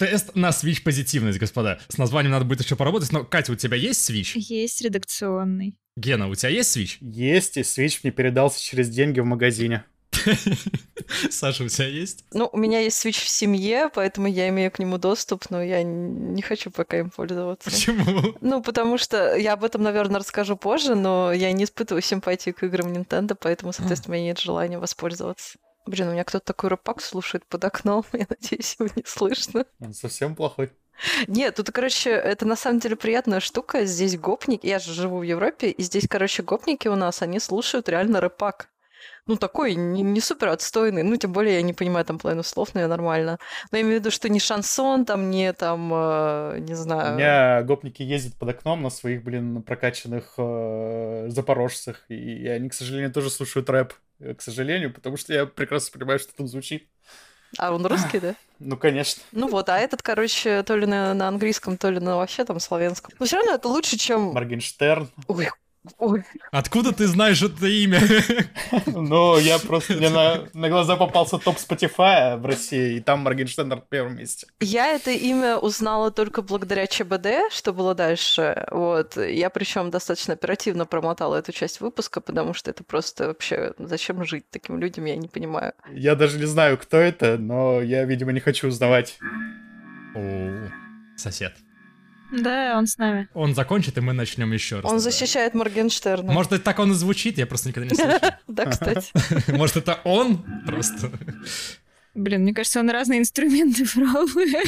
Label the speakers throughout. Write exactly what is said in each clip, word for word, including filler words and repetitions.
Speaker 1: Тест на Switch позитивность, господа. С названием надо будет еще поработать, но, Катя, у тебя есть Switch?
Speaker 2: Есть редакционный.
Speaker 1: Гена, у тебя есть Switch?
Speaker 3: Есть, и Switch мне передался через деньги в магазине.
Speaker 1: Саша, у тебя есть?
Speaker 4: Ну, у меня есть Switch в семье, поэтому я имею к нему доступ, но я не хочу пока им пользоваться.
Speaker 1: Почему?
Speaker 4: Ну, потому что я об этом, наверное, расскажу позже, но я не испытываю симпатии к играм Nintendo, поэтому, соответственно, у меня нет желания воспользоваться. Блин, у меня кто-то такой рэпак слушает под окном, я надеюсь, его не слышно.
Speaker 3: Он совсем плохой.
Speaker 4: Нет, тут, короче, это на самом деле приятная штука. Здесь гопники, я же живу в Европе, и здесь, короче, гопники у нас, они слушают реально рэпак. Ну, такой не, не супер отстойный. Ну, тем более, я не понимаю там половину слов, но я нормально. Но я имею в виду, что не шансон, там, не там, э, не знаю...
Speaker 3: У меня гопники ездят под окном на своих, блин, прокачанных э, запорожцах. И, и они, к сожалению, тоже слушают рэп. К сожалению, потому что я прекрасно понимаю, что там звучит.
Speaker 4: А он русский, да?
Speaker 3: Ну, конечно.
Speaker 4: Ну вот, а этот, короче, то ли на, на английском, то ли на вообще там славянском. Но все равно это лучше, чем...
Speaker 3: Моргенштерн.
Speaker 4: Ой, ой.
Speaker 1: Откуда ты знаешь это имя?
Speaker 3: Ну, я просто... Мне на, на глаза попался топ Spotify в России, и там Моргенштерн на первом месте.
Speaker 4: Я это имя узнала только благодаря ЧБД, что было дальше. Вот. Я причем достаточно оперативно промотала эту часть выпуска, потому что это просто вообще... Зачем жить таким людям, я не понимаю.
Speaker 3: Я даже не знаю, кто это, но я, видимо, не хочу узнавать.
Speaker 1: О, сосед.
Speaker 2: Да, он с нами.
Speaker 1: Он закончит, и мы начнем еще раз.
Speaker 4: Он защищает Моргенштерна.
Speaker 1: Может, это так он и звучит, я просто никогда не слышал.
Speaker 4: Да, кстати.
Speaker 1: Может, это он просто?
Speaker 2: Блин, мне кажется, он разные инструменты пробует.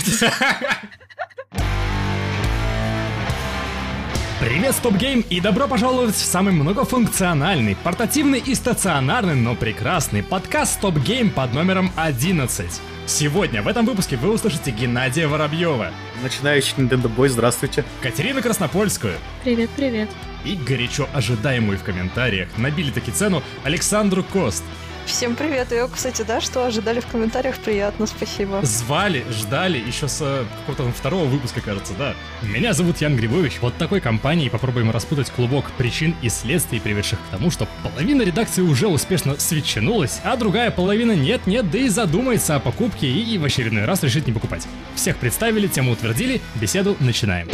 Speaker 1: Привет, Стоп Гейм, и добро пожаловать в самый многофункциональный, портативный и стационарный, но прекрасный подкаст Стоп Гейм под номером одиннадцать. Сегодня в этом выпуске вы услышите Геннадия Воробьева,
Speaker 3: Начинающий Nintendo Boy, здравствуйте.
Speaker 1: Катерину Краснопольскую
Speaker 2: Привет, привет.
Speaker 1: и горячо ожидаемую в комментариях набили таки цену Александру Кост.
Speaker 4: Всем привет. И, кстати, да, что ожидали в комментариях, приятно, спасибо.
Speaker 1: Звали, ждали еще с э, какого-то второго выпуска, кажется, да. Меня зовут Ян Грибович. Вот такой компанией попробуем распутать клубок причин и следствий, приведших к тому, что половина редакции уже успешно свитчанулась, а другая половина нет-нет, да и задумается о покупке и в очередной раз решит не покупать. Всех представили, тему утвердили, беседу начинаем.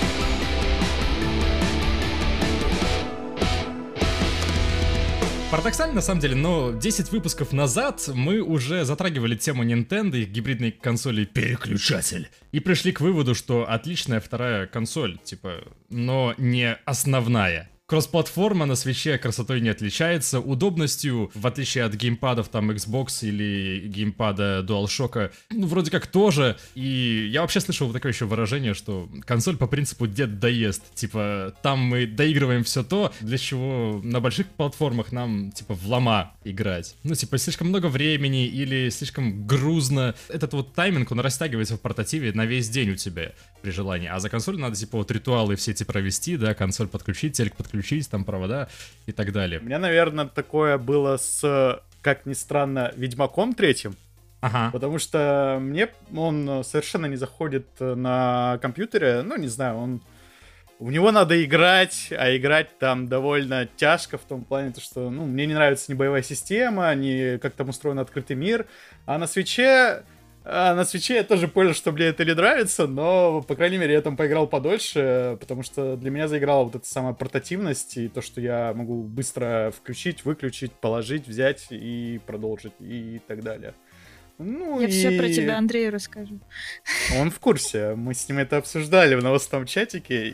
Speaker 1: Парадоксально, на самом деле, но десять выпусков назад мы уже затрагивали тему Nintendo и их гибридной консоли «Переключатель». И пришли к выводу, что отличная вторая консоль, типа, но не основная. Кросс-платформа на свитче красотой не отличается, удобностью, в отличие от геймпадов там Xbox или геймпада DualShock, ну, вроде как тоже. И я вообще слышал вот такое еще выражение, что консоль по принципу дед доест. Типа, там мы доигрываем все то, для чего на больших платформах нам, типа, в лома играть. Ну, типа, слишком много времени или слишком грузно. Этот вот тайминг, он растягивается в портативе на весь день у тебя при желании. А за консоль надо, типа, вот ритуалы все эти провести, да, консоль подключить, телек подключить, там провода и так далее.
Speaker 3: У меня, наверное, такое было с, как ни странно, Ведьмаком третьим.
Speaker 1: Ага.
Speaker 3: Потому что мне он совершенно не заходит на компьютере. Ну, не знаю, он... В него надо играть, а играть там довольно тяжко в том плане, что, ну, мне не нравится ни боевая система, ни как там устроен открытый мир. А на свитче... А на свитче я тоже понял, что мне это не нравится, но, по крайней мере, я там поиграл подольше, потому что для меня заиграла вот эта самая портативность и то, что я могу быстро включить, выключить, положить, взять и продолжить и так далее. Ну,
Speaker 2: Я
Speaker 3: и...
Speaker 2: все про тебя Андрею расскажу.
Speaker 3: Он в курсе, мы с ним это обсуждали в новостном чатике,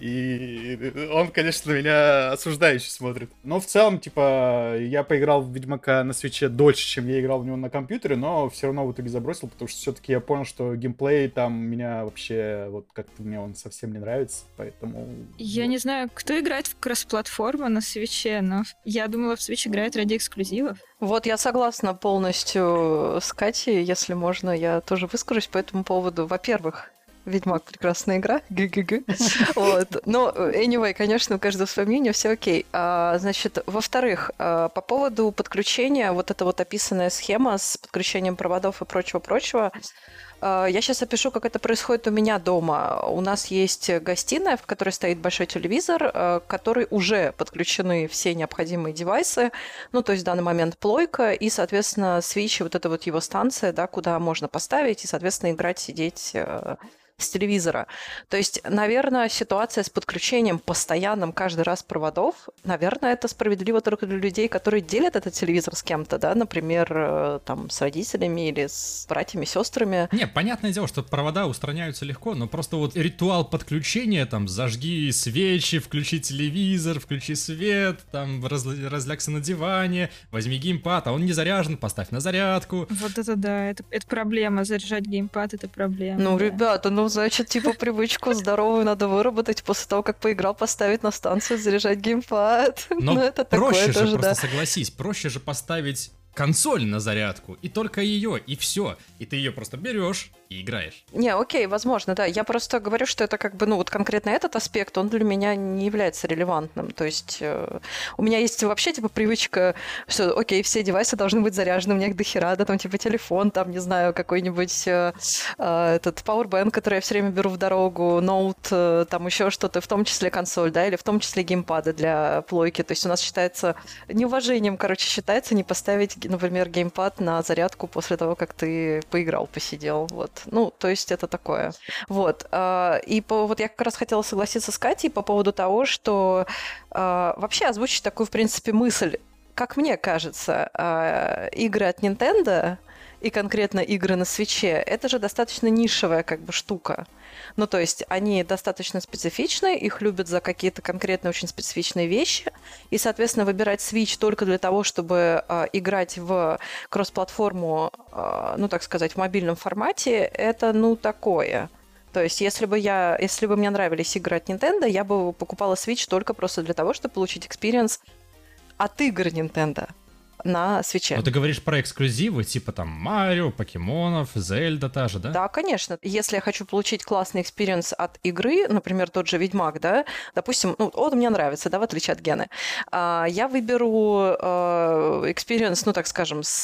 Speaker 3: и он, конечно, на меня осуждающе смотрит. Но в целом, типа, я поиграл в Ведьмака на свитче дольше, чем я играл в него на компьютере, но все равно в итоге забросил, потому что все-таки я понял, что геймплей там меня вообще, вот как-то мне он совсем не нравится, поэтому...
Speaker 2: Я
Speaker 3: вот.
Speaker 2: не знаю, кто играет в кросс-платформу на свитче, но я думала, в свитч играет ради эксклюзивов.
Speaker 4: Вот я согласна полностью с Катей, если можно, я тоже выскажусь по этому поводу. Во-первых, Ведьмак — прекрасная игра, г-г-г. Вот. Но, anyway, конечно, у каждого свое мнение, все окей. А, значит, во-вторых, а, по поводу подключения, вот эта вот описанная схема с подключением проводов и прочего-прочего, Э, Я сейчас опишу, как это происходит у меня дома. У нас есть гостиная, в которой стоит большой телевизор, э, к которой уже подключены все необходимые девайсы. Ну, то есть в данный момент плойка и, соответственно, Switch, вот это вот его станция, да, куда можно поставить и, соответственно, играть, сидеть э, с телевизора. То есть, наверное, ситуация с подключением постоянным каждый раз проводов, наверное, это справедливо только для людей, которые делят этот телевизор с кем-то, да, например, э, там, с родителями или с братьями, сестрами.
Speaker 1: Не, понятное дело, что провода устраняются легко, но просто вот ритуал подключения, там, зажги свечи, включи телевизор, включи свет, там, разля- разлягся на диване, возьми геймпад, а он не заряжен, поставь на зарядку.
Speaker 2: Вот это да, это, это проблема. Заряжать геймпад — это проблема.
Speaker 4: Ну,
Speaker 2: да.
Speaker 4: ребята, ну, значит, типа, привычку здоровую надо выработать после того, как поиграл, поставить на станцию, заряжать геймпад.
Speaker 1: Но
Speaker 4: Ну, это
Speaker 1: проще
Speaker 4: такое
Speaker 1: же,
Speaker 4: тоже,
Speaker 1: просто
Speaker 4: да.
Speaker 1: согласись, проще же поставить консоль на зарядку, и только ее, и все. И ты ее просто берешь и играешь.
Speaker 4: Не, окей, возможно, да. Я просто говорю, что это как бы, ну, вот конкретно этот аспект, он для меня не является релевантным. То есть э, у меня есть вообще, типа, привычка, что, окей, все девайсы должны быть заряжены, у меня их дохера, да, там, типа, телефон, там, не знаю, какой-нибудь э, э, этот Powerbank, который я все время беру в дорогу, ноут, э, там, еще что-то, в том числе консоль, да, или в том числе геймпады для плойки. То есть у нас считается неуважением, короче, считается не поставить, например, геймпад на зарядку после того, как ты поиграл, посидел, вот. Ну, то есть это такое. Вот. а, И по, вот я как раз хотела согласиться с Катей по поводу того, что а, вообще озвучить такую, в принципе, мысль. Как мне кажется, а, игры от Nintendo и конкретно игры на Свитче, это же достаточно нишевая как бы штука. Ну, то есть они достаточно специфичны, их любят за какие-то конкретные очень специфичные вещи, и, соответственно, выбирать Switch только для того, чтобы э, играть в кросс-платформу, э, ну, так сказать, в мобильном формате, это, ну, такое. То есть, если бы я, если бы мне нравились игры от Nintendo, я бы покупала Switch только просто для того, чтобы получить экспириенс от игр Nintendo на Switch'е.
Speaker 1: Но ты говоришь про эксклюзивы, типа там Марио, Покемонов, Зельда та же, да?
Speaker 4: Да, конечно. Если я хочу получить классный экспириенс от игры, например, тот же Ведьмак, да, допустим, ну, он мне нравится, да, в отличие от Гены, а, я выберу экспириенс, ну, так скажем, с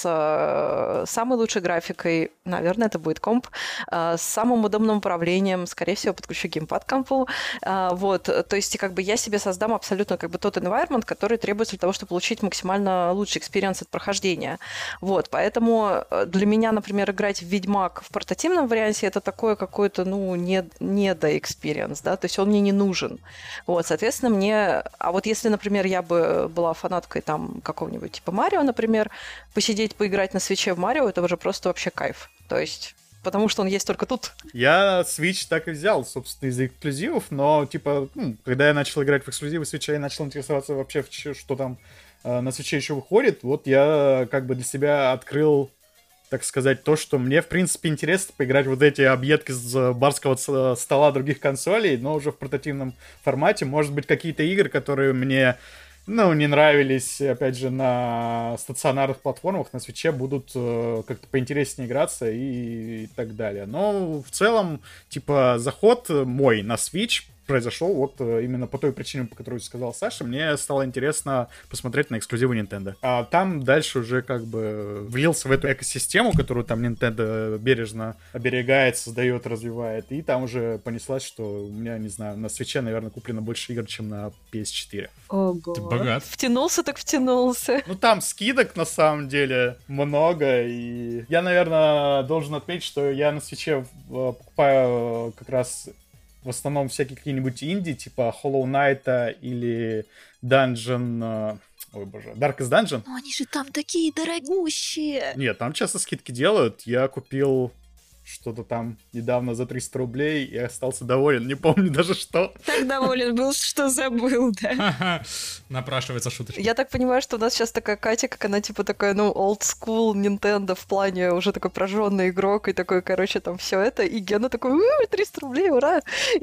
Speaker 4: а, самой лучшей графикой, наверное, это будет комп, а, с самым удобным управлением, скорее всего, подключу геймпад к компу, а, вот, то есть, как бы, я себе создам абсолютно, как бы, тот environment, который требуется для того, чтобы получить максимально лучший экспириенс от прохождения. Вот, поэтому для меня, например, играть в Ведьмак в портативном варианте это такое какое-то, ну, не, не до experience, да, то есть он мне не нужен. Вот, соответственно, мне... А вот если, например, я бы была фанаткой там какого-нибудь типа Марио, например, посидеть, поиграть на свитче в Марио, это уже просто вообще кайф. То есть... Потому что он есть только тут.
Speaker 3: Я Switch так и взял, собственно, из эксклюзивов, но, типа, ну, когда я начал играть в эксклюзивы Switch, я начал интересоваться вообще, что там э, на Switch еще выходит. Вот я как бы для себя открыл, так сказать, то, что мне, в принципе, интересно поиграть вот эти объедки с барского стола других консолей, но уже в портативном формате. Может быть, какие-то игры, которые мне... Ну, не нравились, опять же, на стационарных платформах, на Свитче будут э, как-то поинтереснее играться и, и так далее. Но в целом, типа, заход мой на Switch произошел вот э, именно по той причине, по которой сказал Саша. Мне стало интересно посмотреть на эксклюзивы Nintendo. А там дальше уже как бы влился в эту экосистему, которую там Nintendo бережно оберегает, создает, развивает. И там уже понеслась, что у меня, не знаю, на Switch'е, наверное, куплено больше игр, чем на пи эс четыре.
Speaker 2: Ого.
Speaker 1: Ты богат.
Speaker 4: Втянулся так втянулся.
Speaker 3: Ну, там скидок, на самом деле, много, и я, наверное, должен отметить, что я на Switch'е э, покупаю как раз в основном всякие какие-нибудь инди, типа Hollow Knight или Dungeon... Ой, боже, Darkest Dungeon.
Speaker 2: Но они же там такие дорогущие.
Speaker 3: Нет, там часто скидки делают. Я купил что-то там недавно за триста рублей и остался доволен. Не помню даже что.
Speaker 2: Так доволен был, что забыл, да.
Speaker 1: Ха-ха, напрашивается шуточка.
Speaker 4: Я так понимаю, что у нас сейчас такая Катя, как она типа такая, ну, old school Nintendo в плане уже такой прожженный игрок и такой, короче, там все это. И Гена такой, у, триста рублей, ура!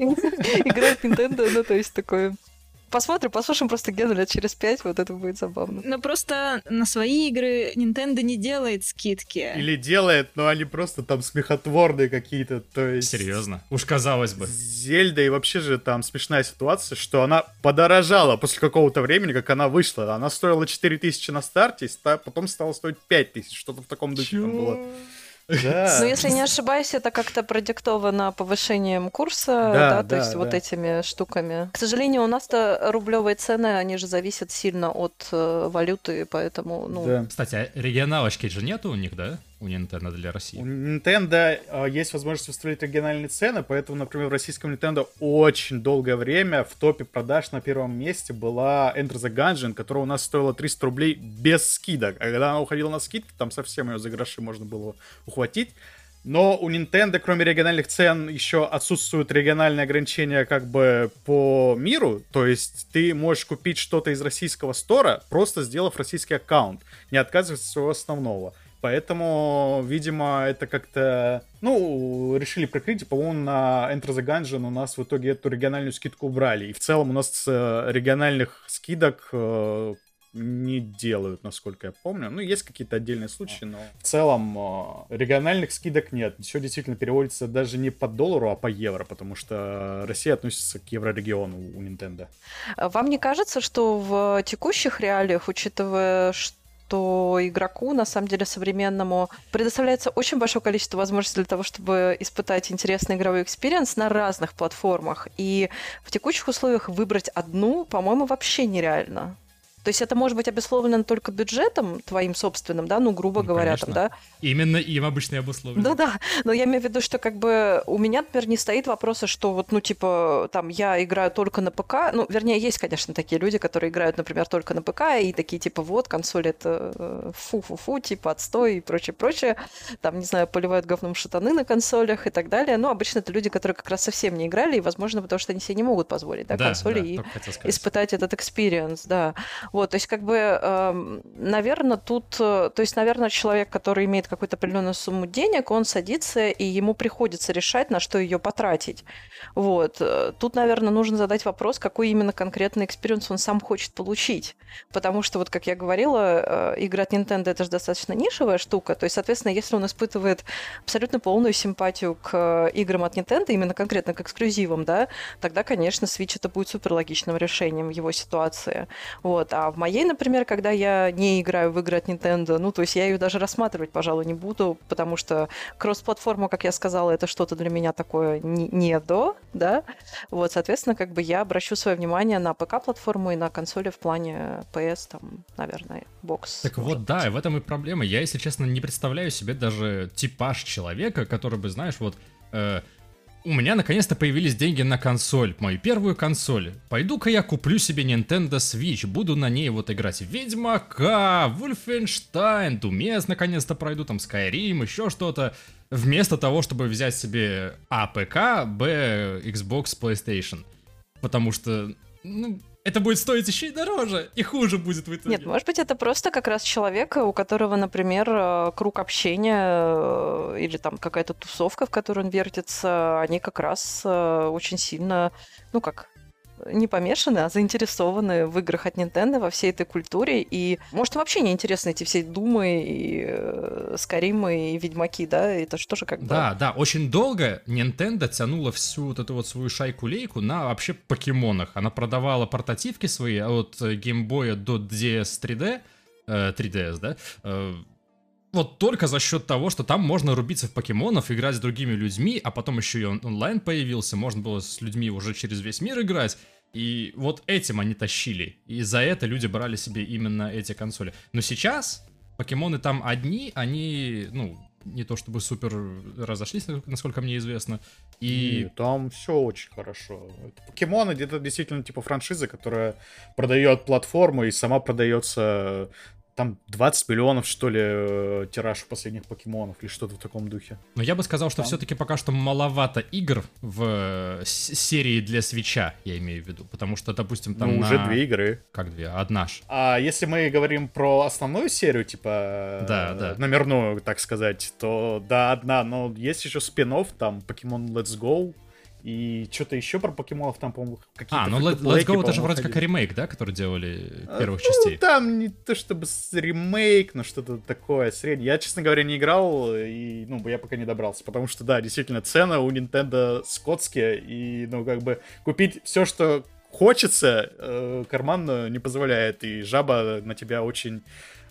Speaker 4: Играет в Nintendo, ну, то есть такое... Посмотрим, послушаем просто Гену лет через пять, вот это будет забавно.
Speaker 2: Но просто на свои игры Nintendo не делает скидки.
Speaker 3: Или делает, но они просто там смехотворные какие-то, то есть...
Speaker 1: Серьезно? Уж казалось бы.
Speaker 3: Зельда, и вообще же там смешная ситуация, что она подорожала после какого-то времени, как она вышла. Она стоила четыре тысячи на старте, потом стала стоить пять тысяч, что-то в таком духе там было. Да.
Speaker 4: Ну, если не ошибаюсь, это как-то продиктовано повышением курса,
Speaker 3: Да,
Speaker 4: да, то
Speaker 3: да,
Speaker 4: есть вот
Speaker 3: да.
Speaker 4: этими штуками. К сожалению, у нас-то рублевые цены, они же зависят сильно от э, валюты, поэтому, ну...
Speaker 3: Да.
Speaker 1: Кстати, а регионалочки же нету у них, да? У Nintendo для
Speaker 3: У
Speaker 1: России.
Speaker 3: Nintendo э, есть возможность установить региональные цены, поэтому, например, в российском Nintendo очень долгое время в топе продаж на первом месте была Enter the Gungeon, которая у нас стоила триста рублей без скидок. А когда она уходила на скидки, там совсем ее за гроши можно было ухватить. Но у Nintendo, кроме региональных цен, еще отсутствуют региональные ограничения как бы по миру. То есть ты можешь купить что-то из российского стора, просто сделав российский аккаунт, не отказываясь от своего основного. Поэтому, видимо, это как-то, ну, решили прикрыть. По-моему, на Enter the Gungeon у нас в итоге эту региональную скидку убрали. И в целом у нас э, региональных скидок э, не делают, насколько я помню. Ну, есть какие-то отдельные случаи, но в целом э, региональных скидок нет. Все действительно переводится даже не по доллару, а по евро, потому что Россия относится к еврорегиону у Nintendo.
Speaker 4: Вам не кажется, что в текущих реалиях, учитывая, что что игроку, на самом деле, современному, предоставляется очень большое количество возможностей для того, чтобы испытать интересный игровой экспириенс на разных платформах. И в текущих условиях выбрать одну, по-моему, вообще нереально. То есть это может быть обусловлено только бюджетом твоим собственным, да, ну, грубо
Speaker 1: Ну,
Speaker 4: говоря,
Speaker 1: конечно.
Speaker 4: там, да?
Speaker 1: Именно им обычно и обусловлено.
Speaker 4: Ну да, но я имею в виду, что как бы у меня, например, не стоит вопроса, что вот, ну, типа, там, я играю только на ПК, ну, вернее, есть, конечно, такие люди, которые играют, например, только на ПК, и такие, типа, вот, консоль это фу-фу-фу, типа, отстой и прочее-прочее, там, не знаю, поливают говном шатаны на консолях и так далее, но обычно это люди, которые как раз совсем не играли, и, возможно, потому что они себе не могут позволить, да,
Speaker 1: Да,
Speaker 4: консоли
Speaker 1: да,
Speaker 4: и
Speaker 1: только хотел сказать.
Speaker 4: испытать этот экспириенс, да. Вот, то есть, как бы, э, наверное, тут, э, то есть, наверное, человек, который имеет какую-то определенную сумму денег, он садится, и ему приходится решать, на что ее потратить. Вот. Тут, наверное, нужно задать вопрос, какой именно конкретный экспириенс он сам хочет получить. Потому что, вот как я говорила, игры от Nintendo — это же достаточно нишевая штука, то есть, соответственно, если он испытывает абсолютно полную симпатию к играм от Nintendo, именно конкретно к эксклюзивам, да, тогда, конечно, Switch это будет супер логичным решением в его ситуации. Вот. А в моей, например, когда я не играю в игры от Nintendo, ну, то есть я ее даже рассматривать, пожалуй, не буду, потому что кросс-платформа, как я сказала, это что-то для меня такое не, не до, да, вот, соответственно, как бы я обращу свое внимание на ПК-платформу и на консоли в плане пи эс, там, наверное, бокс.
Speaker 1: Так вот, да, и в этом и проблема. Я, если честно, не представляю себе даже типаж человека, который бы, знаешь, вот... Э, у меня наконец-то появились деньги на консоль, мою первую консоль. Пойду-ка я куплю себе Nintendo Switch, буду на ней вот играть в Ведьмака, Wolfenstein, Думес наконец-то пройду, там Skyrim, еще что-то. Вместо того, чтобы взять себе А, ПК, Б, Xbox, PlayStation. Потому что, ну... это будет стоить еще и дороже, и хуже будет в итоге.
Speaker 4: Нет, может быть, это просто как раз человек, у которого, например, круг общения или там какая-то тусовка, в которой он вертится, они как раз очень сильно, ну как, не помешаны, а заинтересованы в играх от Nintendo, во всей этой культуре. И, может, им вообще не интересны эти все Думы, и Скайримы, и Ведьмаки, да? Это что же как бы...
Speaker 1: Да, да, очень долго Nintendo тянула всю вот эту вот свою шайку-лейку на вообще покемонах. Она продавала портативки свои от Game Boy до ди эс три ди, э, три ди эс, да? Э, вот только за счет того, что там можно рубиться в покемонов, играть с другими людьми, а потом еще и он- онлайн появился, можно было с людьми уже через весь мир играть. И вот этим они тащили. И за это люди брали себе именно эти консоли. Но сейчас покемоны там одни, они, ну, не то чтобы супер разошлись, насколько мне известно. И
Speaker 3: И там все очень хорошо. Это покемоны, это действительно типа франшиза, которая продает платформу и сама продается. Там двадцать миллионов, что ли, э, тираж последних покемонов или что-то в таком духе.
Speaker 1: Но я бы сказал, что
Speaker 3: Там.
Speaker 1: все-таки пока что маловато игр в э, с- серии для свитча, я имею в виду. Потому что, допустим, там
Speaker 3: Ну,
Speaker 1: на-
Speaker 3: уже две игры.
Speaker 1: Как две? Одна ж.
Speaker 3: А если мы говорим про основную серию, типа
Speaker 1: Да,
Speaker 3: э,
Speaker 1: да.
Speaker 3: номерную, так сказать, то да, одна, но есть еще спин-офф, там Pokemon Let's Go, и что-то еще про покемонов, там, по-моему, какие-то
Speaker 1: А, ну Let- Let's
Speaker 3: фрикоплейки,
Speaker 1: Go это же
Speaker 3: по-моему,
Speaker 1: вроде как
Speaker 3: ходили.
Speaker 1: ремейк, да, который делали первых
Speaker 3: Ну,
Speaker 1: частей.
Speaker 3: там не то чтобы с- ремейк, но что-то такое среднее. Я, честно говоря, не играл, и, ну, я пока не добрался, потому что, да, действительно, цены у Nintendo скотские, и, ну, как бы, купить все, что хочется, э, карман э, не позволяет, и жаба на тебя очень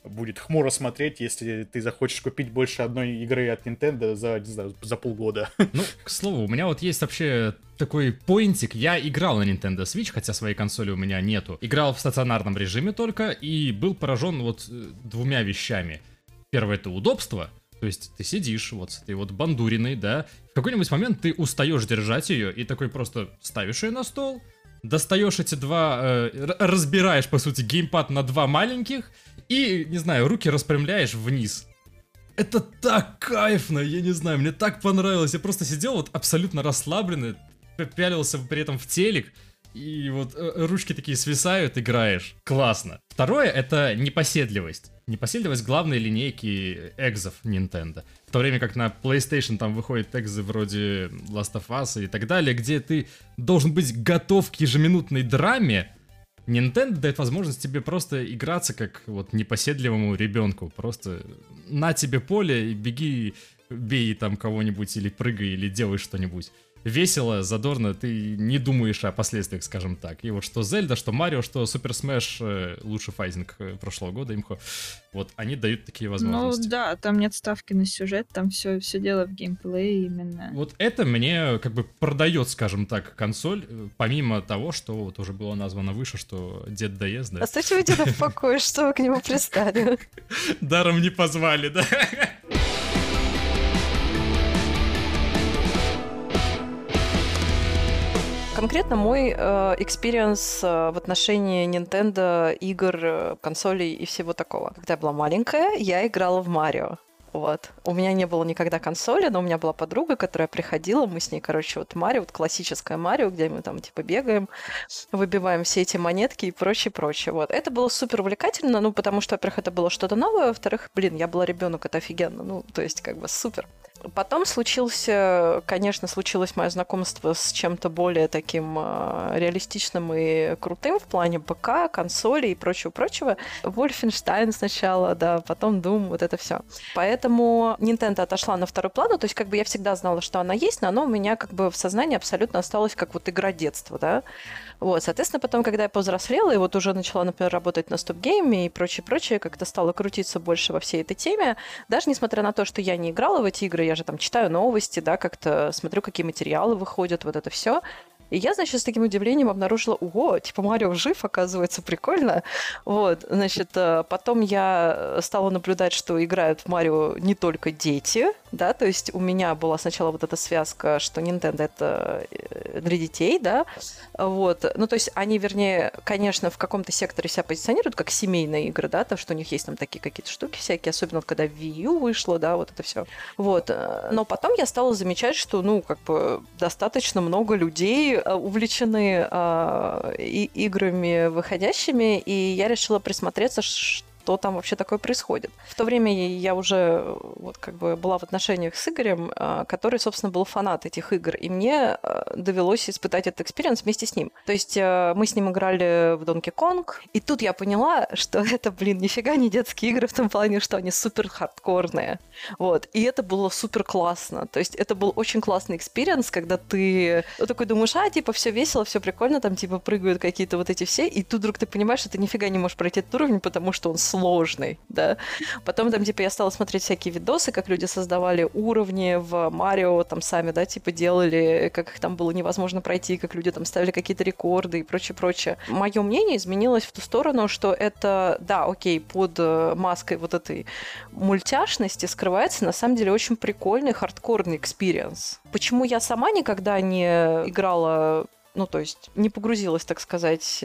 Speaker 3: будет хмуро смотреть, если ты захочешь купить больше одной игры от Nintendo за, не знаю, за полгода.
Speaker 1: Ну, к слову, у меня вот есть вообще такой поинтик. Я играл на Nintendo Switch, хотя своей консоли у меня нету. Играл в стационарном режиме только и был поражен вот двумя вещами. Первое — это удобство. То есть ты сидишь вот с этой вот бандуриной, да, в какой-нибудь момент ты устаешь держать ее и такой просто ставишь ее на стол, достаешь эти два, э, разбираешь, по сути, геймпад на два маленьких и, не знаю, руки распрямляешь вниз. Это так кайфно, я не знаю, мне так понравилось. Я просто сидел вот абсолютно расслабленный, пялился при этом в телек, и вот э, ручки такие свисают, играешь. Классно. Второе — это непоседливость. Непоседливость главной линейки экзов Nintendo. В то время как на PlayStation там выходят экзы вроде Last of Us и так далее, где ты должен быть готов к ежеминутной драме, Nintendo дает возможность тебе просто играться как вот непоседливому ребенку. Просто на тебе поле и беги, бей там кого-нибудь или прыгай, или делай что-нибудь. Весело, задорно, ты не думаешь о последствиях, скажем так. И вот что Зельда, что Марио, что Супер Смэш, лучший файтинг прошлого года, имхо, вот они дают такие возможности.
Speaker 2: Ну да, там нет ставки на сюжет, там все, все дело в геймплее именно.
Speaker 1: Вот это мне как бы продает, скажем так, консоль, помимо того, что вот уже было названо выше, что Дед ди эс, да?
Speaker 4: Оставьте вы деда в покое, что вы к нему пристали.
Speaker 1: Даром не позвали, да?
Speaker 4: Конкретно мой экспириенс э, э, в отношении Nintendo, игр, э, консолей и всего такого. Когда я была маленькая, я играла в Марио. Вот. У меня не было никогда консоли, но у меня была подруга, которая приходила, мы с ней, короче, вот Марио, вот классическое Марио, где мы там типа бегаем, выбиваем все эти монетки и прочее, прочее. Вот. Это было супер увлекательно, ну, потому что, во-первых, это было что-то новое, во-вторых, блин, я была ребенок, это офигенно, ну, то есть как бы супер. Потом случился, конечно, случилось мое знакомство с чем-то более таким э, реалистичным и крутым в плане ПК, консолей и прочего-прочего. Wolfenstein сначала, да, потом Doom, вот это все. Поэтому Nintendo отошла на второй план, то есть как бы я всегда знала, что она есть, но она у меня как бы в сознании абсолютно осталась как вот игра детства, да. Вот, соответственно, потом, когда я повзрослела и вот уже начала, например, работать на стоп-гейме и прочее-прочее, как-то стала крутиться больше во всей этой теме, даже несмотря на то, что я не играла в эти игры, я же там читаю новости, да, как-то смотрю, какие материалы выходят, вот это все. И я, значит, с таким удивлением обнаружила, ого, типа Марио жив, оказывается, прикольно. Вот, значит, потом я стала наблюдать, что играют в Марио не только дети, да, то есть у меня была сначала вот эта связка, что Nintendo это для детей, да, вот, ну, то есть они, вернее, конечно, в каком-то секторе себя позиционируют как семейные игры, да, то, что у них есть там такие какие-то штуки всякие, особенно когда Wii U вышло, да, вот это все. Вот, но потом я стала замечать, что, ну, как бы достаточно много людей увлечены э, и, играми выходящими, и я решила присмотреться, что там вообще такое происходит. В то время я уже вот как бы была в отношениях с Игорем, э, который, собственно, был фанат этих игр, и мне э, довелось испытать этот экспириенс вместе с ним. То есть э, мы с ним играли в Donkey Kong, и тут я поняла, что это, блин, нифига не детские игры в том плане, что они супер хардкорные. Вот. И это было супер классно. То есть это был очень классный экспириенс, когда ты вот такой думаешь, а, типа, все весело, все прикольно, там, типа, прыгают какие-то вот эти все, и тут вдруг ты понимаешь, что ты нифига не можешь пройти этот уровень, потому что он сложный, да. Потом там, типа, я стала смотреть всякие видосы, как люди создавали уровни в Марио, там, сами, да, типа, делали, как их там было невозможно пройти, как люди там ставили какие-то рекорды и прочее-прочее. Мое мнение изменилось в ту сторону, что это, да, окей, под маской вот этой мультяшности скрывается, на самом деле, очень прикольный хардкорный экспириенс. Почему я сама никогда не играла, ну, то есть не погрузилась, так сказать,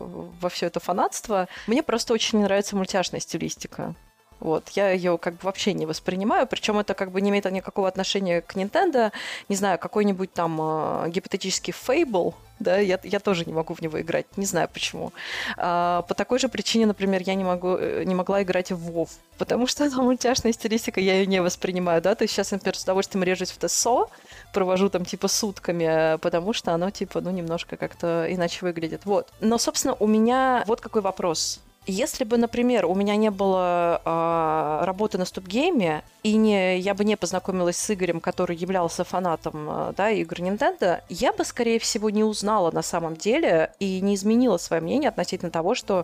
Speaker 4: во все это фанатство? Мне просто очень нравится мультяшная стилистика. Вот, я ее как бы вообще не воспринимаю, причем это как бы не имеет никакого отношения к Nintendo. Не знаю, какой-нибудь там э, гипотетический Fable, да, я, я тоже не могу в него играть, не знаю почему. А, по такой же причине, например, я не, могу, не могла играть в WoW, потому что это мультяшная стилистика, я ее не воспринимаю, да, то есть сейчас, например, с удовольствием режусь в ТСО, провожу там типа сутками, потому что оно типа, ну, немножко как-то иначе выглядит, вот. Но, собственно, у меня вот какой вопрос. Если бы, например, у меня не было э, работы на стоп-гейме, и не, я бы не познакомилась с Игорем, который являлся фанатом э, да, игр Nintendo, я бы, скорее всего, не узнала на самом деле и не изменила свое мнение относительно того, что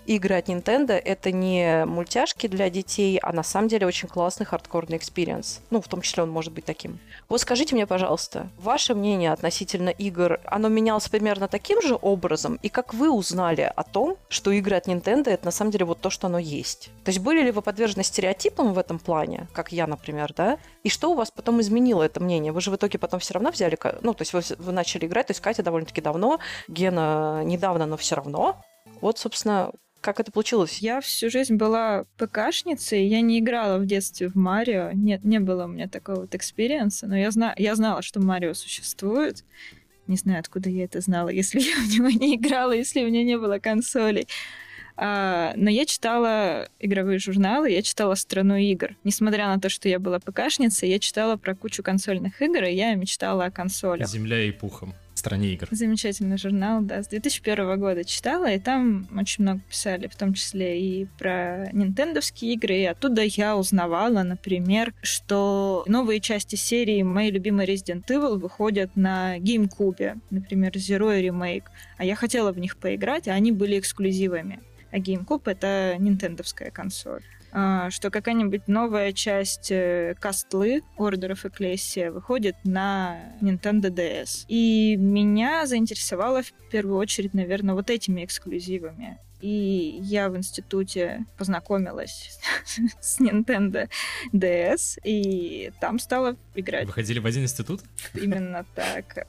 Speaker 4: игры от Nintendo — это не мультяшки для детей, а на самом деле очень классный хардкорный экспириенс. Ну, в том числе он может быть таким. Вот скажите мне, пожалуйста, ваше мнение относительно игр, оно менялось примерно таким же образом? И как вы узнали о том, что игры от Nintendo — это на самом деле вот то, что оно есть? То есть были ли вы подвержены стереотипам в этом плане, как я, например, да? И что у вас потом изменило это мнение? Вы же в итоге потом все равно взяли... Ну, то есть вы, вы начали играть, то есть Катя довольно-таки давно, Гена недавно, но все равно. Вот, собственно, как это получилось?
Speaker 2: Я всю жизнь была ПКшницей, я не играла в детстве в Марио, нет, не было у меня такого вот экспириенса, но я, зна... я знала, что Марио существует. Не знаю, откуда я это знала, если я в него не играла, если у меня не было консолей. А, но я читала игровые журналы, я читала «Страну игр». Несмотря на то, что я была ПКшницей, я читала про кучу консольных игр, и я мечтала о консолях.
Speaker 1: «Земля и пухом». В «Стране игр».
Speaker 2: Замечательный журнал, да. С две тысячи первого года читала, и там очень много писали, в том числе и про нинтендовские игры. И оттуда я узнавала, например, что новые части серии моей любимой Resident Evil выходят на GameCube. Например, Zero и Remake. А я хотела в них поиграть, а они были эксклюзивами. А GameCube — это нинтендовская консоль. А, что какая-нибудь новая часть э, Кастлы, Order of Ecclesia, выходит на Nintendo ди эс. И меня заинтересовало в первую очередь, наверное, вот этими эксклюзивами. И я в институте познакомилась с Nintendo ди эс, и там стала играть.
Speaker 1: Вы ходили в один институт?
Speaker 2: Именно так.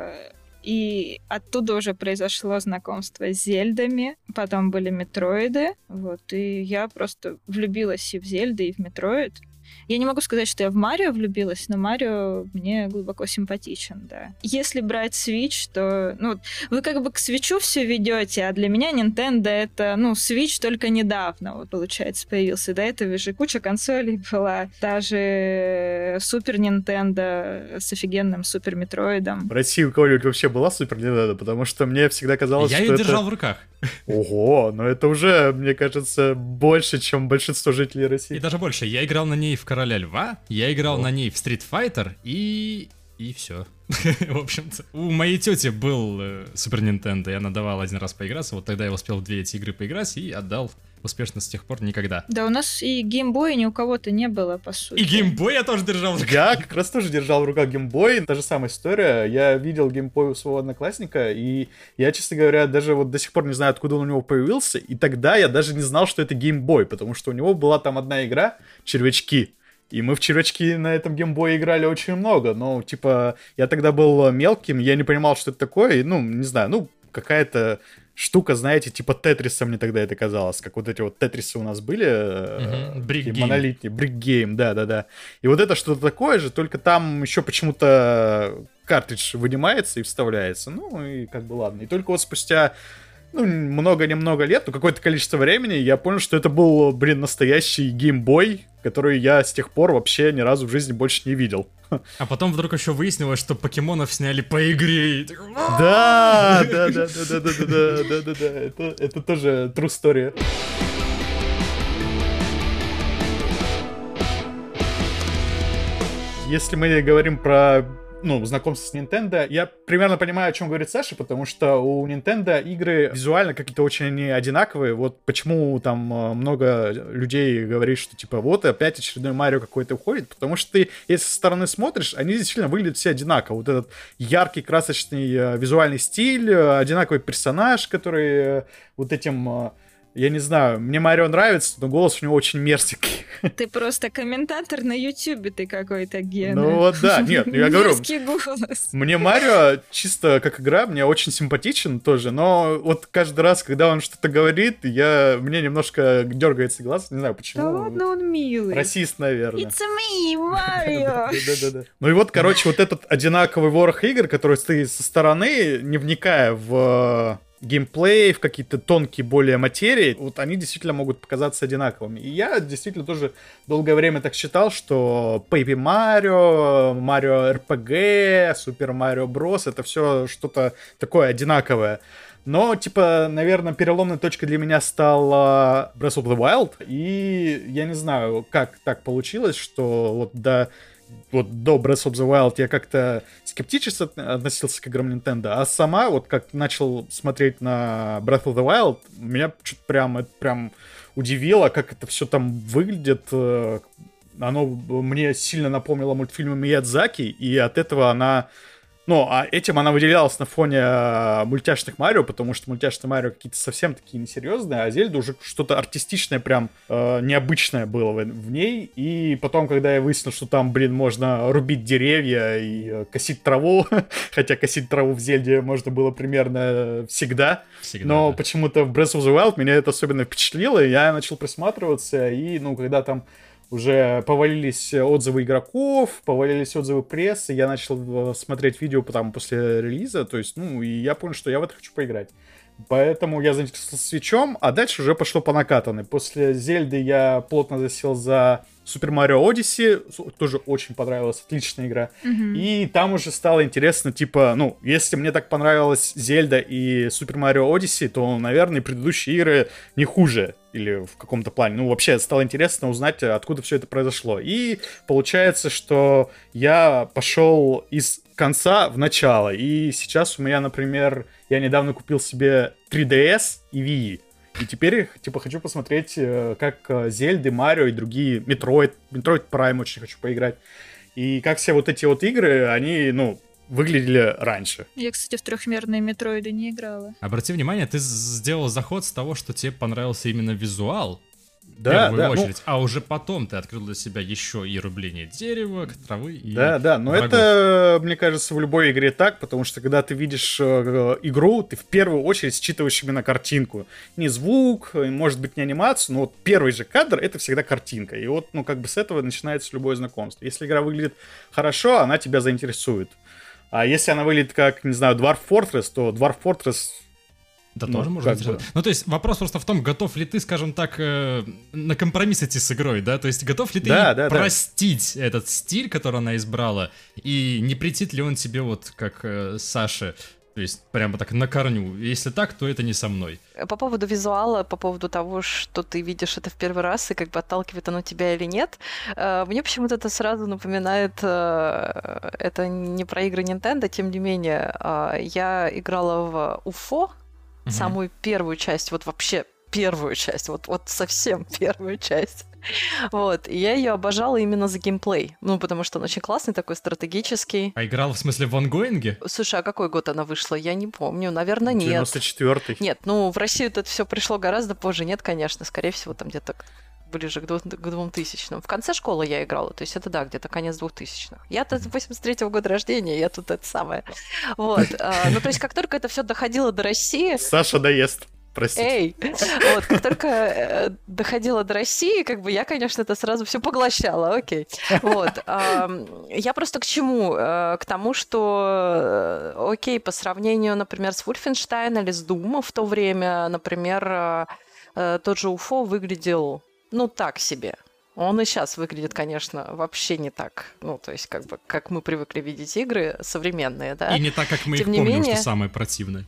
Speaker 2: И оттуда уже произошло знакомство с Зельдами, потом были Метроиды, вот, и я просто влюбилась и в Зельды, и в Метроид. Я не могу сказать, что я в Марио влюбилась, но Марио мне глубоко симпатичен, да. Если брать Switch, то, ну, вы как бы к Switch'у все ведете, а для меня Nintendo — это, ну, Switch только недавно, вот, получается, появился. До этого же куча консолей была, даже Супер Nintendo с офигенным Супер Метроидом.
Speaker 3: В России у кого-нибудь вообще была Супер Nintendo? Потому что мне всегда казалось,
Speaker 1: я
Speaker 3: что
Speaker 1: ее
Speaker 3: это...
Speaker 1: держал в руках.
Speaker 3: Ого, но это уже, мне кажется, больше, чем большинство жителей России.
Speaker 1: И даже больше. Я играл на ней в Короля Льва, я играл
Speaker 3: О.
Speaker 1: на ней в Street Fighter, и... и все. В общем-то. У моей тети был Супер Нинтендо, и она давала один раз поиграться, вот тогда я успел в две эти игры поиграть и отдал. Успешно с тех пор никогда.
Speaker 2: Да, у нас и геймбоя ни у кого-то не было, по сути.
Speaker 1: И геймбой я тоже держал в руках.
Speaker 3: Я как раз тоже держал в руках геймбой. Та же самая история. Я видел геймбой у своего одноклассника, и я, честно говоря, даже вот до сих пор не знаю, откуда он у него появился. И тогда я даже не знал, что это геймбой, потому что у него была там одна игра «Червячки». И мы в червячки на этом геймбое играли очень много. Но, типа, я тогда был мелким, я не понимал, что это такое. И, ну, не знаю, ну, какая-то штука, знаете, типа Тетриса мне тогда это казалось. Как вот эти вот Тетрисы у нас были.
Speaker 1: Uh-huh.
Speaker 3: Такие монолитные. Брикгейм, да-да-да. И вот это что-то такое же, только там еще почему-то картридж вынимается и вставляется. Ну, и как бы ладно. И только вот спустя... Ну, много-немного лет, ну, какое-то количество времени, я понял, что это был, блин, настоящий геймбой, который я с тех пор вообще ни разу в жизни больше не видел.
Speaker 1: А потом вдруг еще выяснилось, что покемонов сняли по игре.
Speaker 3: Да, да, да, да, да, да, да, да, да, да, это, это тоже true story. Если мы говорим про... ну, знакомство с Nintendo. Я примерно понимаю, о чем говорит Саша, потому что у Nintendo игры визуально какие-то очень они одинаковые. Вот почему там много людей говорит, что типа вот опять очередной Марио какой-то уходит, потому что ты, если со стороны смотришь, они действительно выглядят все одинаково. Вот этот яркий, красочный визуальный стиль, одинаковый персонаж, который вот этим... Я не знаю, мне Марио нравится, но голос у него очень мерзкий.
Speaker 2: Ты просто комментатор на Ютубе, ты какой-то, Гена.
Speaker 3: Ну вот да, нет, я говорю...
Speaker 2: Мерзкий голос.
Speaker 3: Мне Марио чисто как игра, мне очень симпатичен тоже, но вот каждый раз, когда он что-то говорит, я... мне немножко дергается глаз, не знаю почему.
Speaker 2: Да ладно, он милый.
Speaker 3: Расист, наверное.
Speaker 2: It's me, Марио!
Speaker 3: Да-да-да. Ну и вот, короче, вот этот одинаковый ворох игр, который стоит со стороны, не вникая в... геймплей, в какие-то тонкие более материи, вот они действительно могут показаться одинаковыми. И я действительно тоже долгое время так считал, что Paper Mario, Mario эр пи джи, Super Mario Bros. Это все что-то такое одинаковое. Но, типа, наверное, переломной точкой для меня стала Breath of the Wild. И я не знаю, как так получилось, что вот до вот до Breath of the Wild я как-то скептически относился к играм Nintendo, а сама, вот как начал смотреть на Breath of the Wild, меня что-то прям, это прям удивило, как это все там выглядит. Оно мне сильно напомнило мультфильмы Миядзаки, и от этого она... Ну, а этим она выделялась на фоне э, мультяшных Марио, потому что мультяшные Марио какие-то совсем такие несерьезные, а Зельда уже что-то артистичное, прям э, необычное было в, в ней. И потом, когда я выяснил, что там, блин, можно рубить деревья и э, косить траву, хотя косить траву в Зельде можно было примерно всегда, всегда но да. Почему-то в Breath of the Wild меня это особенно впечатлило, и я начал присматриваться, и, ну, когда там уже повалились отзывы игроков, повалились отзывы прессы, я начал смотреть видео там после релиза, то есть, ну, и я понял, что я в это хочу поиграть. Поэтому я заинтересовался Свитчом, а дальше уже пошло по накатанной. После Зельды я плотно засел за Super Mario Odyssey, тоже очень понравилась, отличная игра. Mm-hmm. И там уже стало интересно, типа, ну, если мне так понравилась Зельда и Super Mario Odyssey, то, наверное, предыдущие игры не хуже. Или в каком-то плане. Ну, вообще, стало интересно узнать, откуда все это произошло. И получается, что я пошел из конца в начало. И сейчас у меня, например, я недавно купил себе три ди эс и Wii. И теперь, типа, хочу посмотреть, как Зельды, Марио и другие, Metroid, Metroid Prime очень хочу поиграть. И как все вот эти вот игры, они, ну, выглядели раньше.
Speaker 2: Я, кстати, в трехмерные Метроиды не играла.
Speaker 1: Обрати внимание, ты сделал заход с того, что тебе понравился именно визуал.
Speaker 3: Да,
Speaker 1: в первую
Speaker 3: да,
Speaker 1: очередь,
Speaker 3: ну...
Speaker 1: а уже потом ты открыл для себя еще и рубление дерева, травы и
Speaker 3: Да, да, но
Speaker 1: врагов.
Speaker 3: Это, мне кажется, в любой игре так, потому что когда ты видишь э, игру, ты в первую очередь считываешь именно картинку. Не звук, может быть, не анимацию, но вот первый же кадр — это всегда картинка. И вот, ну, как бы с этого начинается любое знакомство. Если игра выглядит хорошо, она тебя заинтересует. А если она выглядит как, не знаю, Dwarf Fortress, то Dwarf Fortress...
Speaker 1: Да, ну, тоже может быть.
Speaker 3: Бы.
Speaker 1: Ну, то есть вопрос просто в том, готов ли ты, скажем так, э, на компромисс идти с игрой, да? То есть готов ли ты
Speaker 3: да, да,
Speaker 1: простить
Speaker 3: да.
Speaker 1: этот стиль, который она избрала, и не претит ли он тебе вот как э, Саше, то есть прямо так на корню? Если так, то это не со мной.
Speaker 4: По поводу визуала, по поводу того, что ты видишь это в первый раз, и как бы отталкивает оно тебя или нет, мне почему-то это сразу напоминает, это не про игры Nintendo, тем не менее, я играла в Уфо, mm-hmm. самую первую часть, вот вообще первую часть, вот, вот совсем первую часть. Вот, и я ее обожала именно за геймплей. Ну, потому что он очень классный, такой стратегический.
Speaker 1: А играла в смысле в онгоинге?
Speaker 4: Слушай, а какой год она вышла? Я не помню. Наверное, нет.
Speaker 3: девяносто четвёртый.
Speaker 4: Нет, ну, в Россию это все пришло гораздо позже. Нет, конечно. Скорее всего, там где-то ближе к двухтысячным. В конце школы я играла. То есть это, да, где-то конец двухтысячных. Я-то восемьдесят третьего года рождения, я тут это самое. Вот. Ну, то есть как только это все доходило до России...
Speaker 3: Саша доест. Простите.
Speaker 4: Эй! Вот, как только э, доходила до России, как бы я, конечно, это сразу все поглощала, окей. Вот. Э, я просто к чему? Э, к тому, что, э, окей, по сравнению, например, с Wolfenstein или с Doom в то время, например, э, тот же Уфо выглядел, ну, так себе. Он и сейчас выглядит, конечно, вообще не так. Ну, то есть, как бы, как мы привыкли видеть игры современные, да?
Speaker 1: И не так, как мы
Speaker 4: Тем
Speaker 1: их помним,
Speaker 4: менее...
Speaker 1: что самое противное.